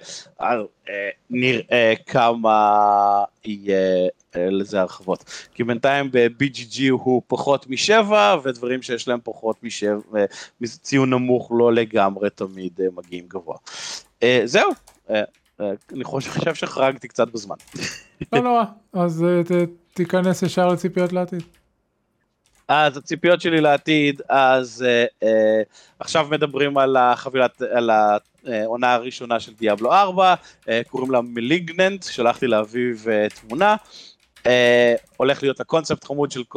נראה כמה יהיה לזה הרחבות, כי בינתיים ב-בי ג'י ג'י הוא פחות משבע, ודברים שיש להם פחות משבע, ציון נמוך לא לגמרי תמיד מגיעים גבוה. זהו. אני חושב שחרגתי קצת בזמן.
לא נורא, אז תיכנס ישר לציפיות לעתיד.
אז הציפיות שלי לעתיד, אז עכשיו מדברים על החבילת, על העונה הראשונה של דיאבלו ארבע, קוראים לה מליגננט, שלחתי לאביב תמונה, הולך להיות הקונספט חמוד של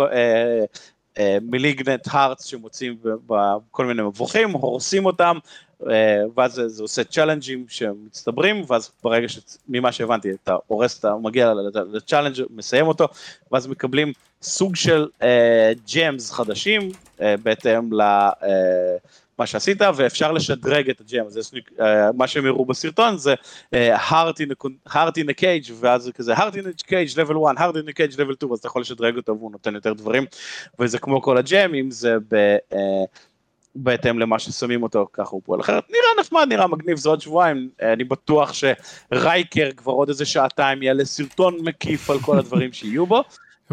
מליגננט הארטס שמוצאים בכל מיני מבוכים, הורסים אותם, ואז זה, זה עושה צ'אלנג'ים שמצטברים, ואז ברגע שממה שהבנתי, אתה הורס, אתה מגיע לצ'אלנג', מסיים אותו, ואז מקבלים סוג של ג'יימס חדשים, בהתאם למה שעשית, ואפשר לשדרג את הג'יימס, מה שהם הראו בסרטון זה heart in a cage, ואז זה כזה heart in a cage level one, heart in a cage level two, אז אתה יכול לשדרג אותו, והוא נותן יותר דברים, וזה כמו כל הג'יימים, זה ב... בהתאם למה ששמים אותו, ככה הוא פועל אחרת, נראה נחמד, נראה מגניב, זה עוד שבועיים, אני בטוח שרייקר כבר עוד איזה שעתיים יעלה סרטון מקיף על כל הדברים שיהיו בו,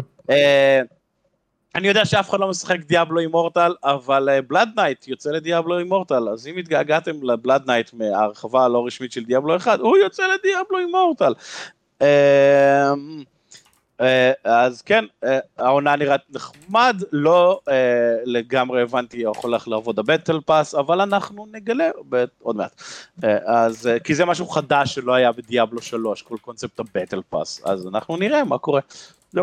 אני יודע שאף אחד לא משחק דיאבלו אימורטל, אבל בלאד נייט יוצא לדיאבלו אימורטל, אז אם התגעגעתם לבלאד נייט מההרחבה הלא רשמית של דיאבלו אחד, הוא יוצא לדיאבלו אימורטל, אז כן, העונה נראית נחמד, לא לגמרי הבנתי איך הולך לעבוד הבטל פאס, אבל אנחנו נגלה עוד מעט, אז כי זה משהו חדש שלא היה בדיאבלו שלוש, כל קונספט הבטל פאס, אז אנחנו נראה מה קורה, זהו.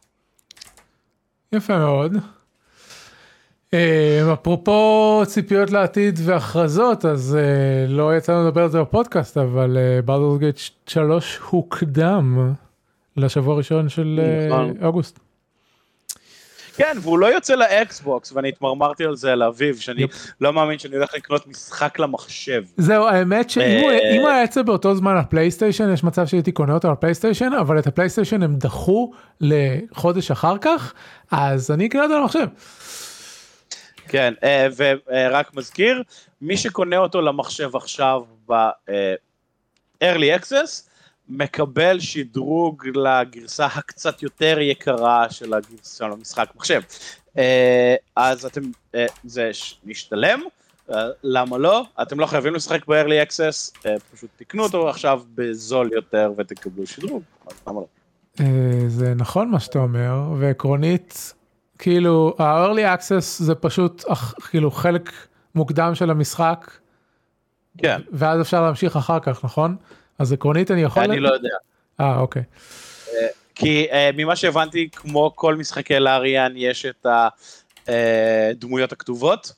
יפה מאוד. אפרופו ציפיות לעתיד והכרזות, אז לא יצאנו לדבר על זה בפודקאסט, אבל בלדורס גייט שלוש הוקדם לשבוע הראשון של אוגוסט.
כן, והוא לא יוצא לאקסבוקס, ואני התמרמרתי על זה על אביב, שאני לא מאמין שאני הולך לקנות משחק למחשב.
זהו, האמת שאם הוא היה יצא באותו זמן לפלייסטיישן, יש מצב שהייתי קונה אותו לפלייסטיישן, אבל את הפלייסטיישן הם דחו לחודש אחר כך, אז אני אקנה אותו למחשב.
כן, ורק מזכיר, מי שקונה אותו למחשב עכשיו ב-Early Access, מקבל שדרוג לגרסה הקצת יותר יקרה של הגרסה של המשחק מחשב. אז אתם, זה משתלם, למה לא? אתם לא חייבים לשחק ב-Early Access, פשוט תקנו אותו עכשיו בזול יותר ותקבלו שדרוג, אז למה לא?
זה נכון מה שאתה אומר, ועקרונית, כאילו, ה-Early Access זה פשוט כאילו חלק מוקדם של המשחק,
כן.
ואז אפשר להמשיך אחר כך, נכון? אז עקרונית אני יכול...
אני לא יודע.
אה, אוקיי.
כי ממה שהבנתי, כמו כל משחקי לאריאן, יש את הדמויות הכתובות,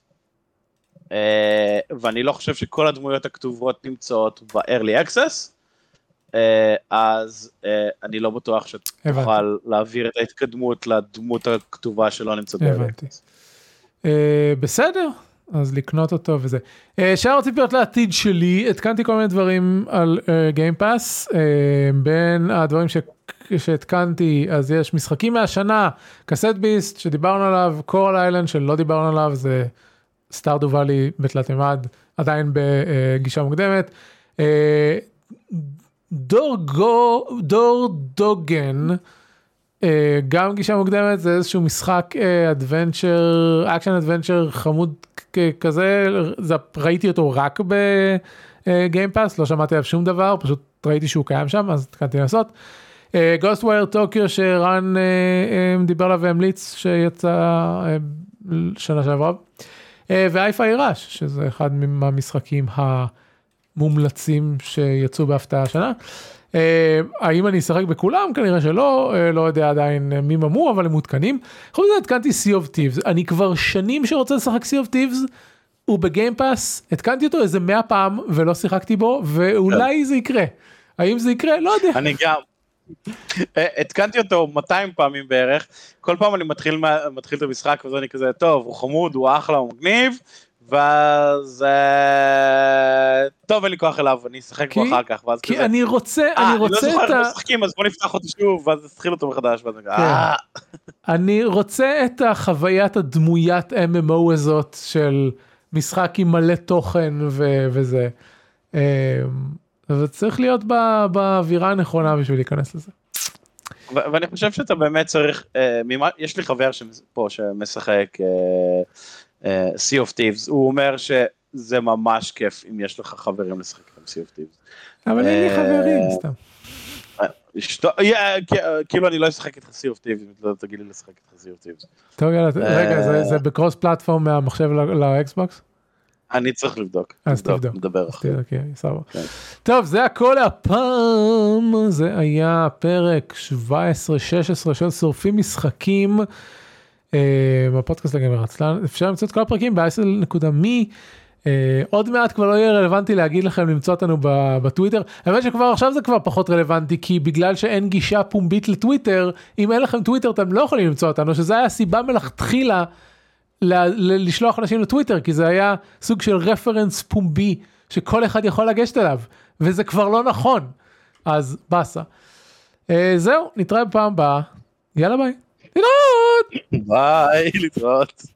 ואני לא חושב שכל הדמויות הכתובות נמצאות ב-Early Access, אז אני לא בטוח שתוכל להעביר את ההתקדמות לדמות הכתובה שלא נמצאת ב-Early Access.
בסדר. אז לקנות אותו וזה. שאר הציפיות לעתיד שלי, התקנתי כל מיני דברים על גיימפאס, בין הדברים שהתקנתי, אז יש משחקים מהשנה, קסט ביסט שדיברנו עליו, קורל איילנד שלא דיברנו עליו, זה סטארדו ואלי בתלת מימד, עדיין בגישה מוקדמת. דור גו, דור דוגן, גם גישה מוקדמת, זה איזשהו משחק אדוונצ'ר, אקשן אדוונצ'ר חמוד כזה, ראיתי אותו רק בגיימפאס, לא שמעתי עליו שום דבר, פשוט ראיתי שהוא קיים שם, אז התקנתי לעשות. Ghostwire Tokyo שרן דיבר עליו והמליץ, שיצא שנה שעברה. ו-Hi-Fi Rush, שזה אחד מהמשחקים המומלצים שיצאו בהפתעה השנה. האם אני אשחק בכולם? כנראה שלא, לא יודע עדיין מי ממו, אבל הם מותקנים. חוץ מזה התקנתי Sea of Thieves, אני כבר שנים שרוצה לשחק Sea of Thieves, הוא בגיימפאס, התקנתי אותו איזה מאה פעם, ולא שיחקתי בו, ואולי זה יקרה. האם זה יקרה? לא יודע.
אני גם. התקנתי אותו מאתיים פעמים בערך, כל פעם אני מתחיל, מתחיל את המשחק, וזה אני כזה, טוב, הוא חמוד, הוא אחלה, הוא מגניב, ואז, טוב, אין לי כוח אליו, אני אשחק בו אחר כך, ואז
כי
כזה,
אני רוצה, אני רוצה
את ה... אני לא זוכר
ה...
איך משחקים, אז בוא נפתח אותו שוב, ואז נתחיל אותו מחדש, ואז נגיד,
אני רוצה את החוויית הדמוית אם אם או הזאת, של משחק עם מלא תוכן וזה, וצריך להיות באווירה הנכונה בשביל להיכנס לזה.
ואני חושב שאתה באמת צריך, יש לי חבר פה שמשחק Sea of Thieves, הוא אומר שזה ממש כיף אם יש לך חברים לשחק עם Sea of Thieves.
אבל אין לי חברים, סתם.
כאילו אני לא אשחק איתך Sea of Thieves, אם אתה תגיד לי לשחק איתך Sea of Thieves.
טוב, יאללה, רגע, זה בקרוס פלטפורם מהמחשב לאקסבוקס?
אני צריך לבדוק.
אז תבדוק.
נדבר אחרי.
טוב, זה הכל הפעם, זה היה פרק שבע עשרה שש עשרה של שורפים משחקים, בפודקאסט לגמר עצלן, אפשר למצוא את כל הפרקים ב-אייסל נקודה מי, עוד מעט כבר לא יהיה רלוונטי להגיד לכם למצוא אותנו בטוויטר, האמת שכבר עכשיו זה כבר פחות רלוונטי, כי בגלל שאין גישה פומבית לטוויטר, אם אין לכם טוויטר אתם לא יכולים למצוא אותנו, שזה היה סיבה מלכתחילה, לשלוח אנשים לטוויטר, כי זה היה סוג של רפרנס פומבי, שכל אחד יכול לגשת אליו, וזה כבר לא נכון, אז בסה. זהו, נתראה בפעם הבאה, יאללה ביי. להתראות!
ביי, להתראות.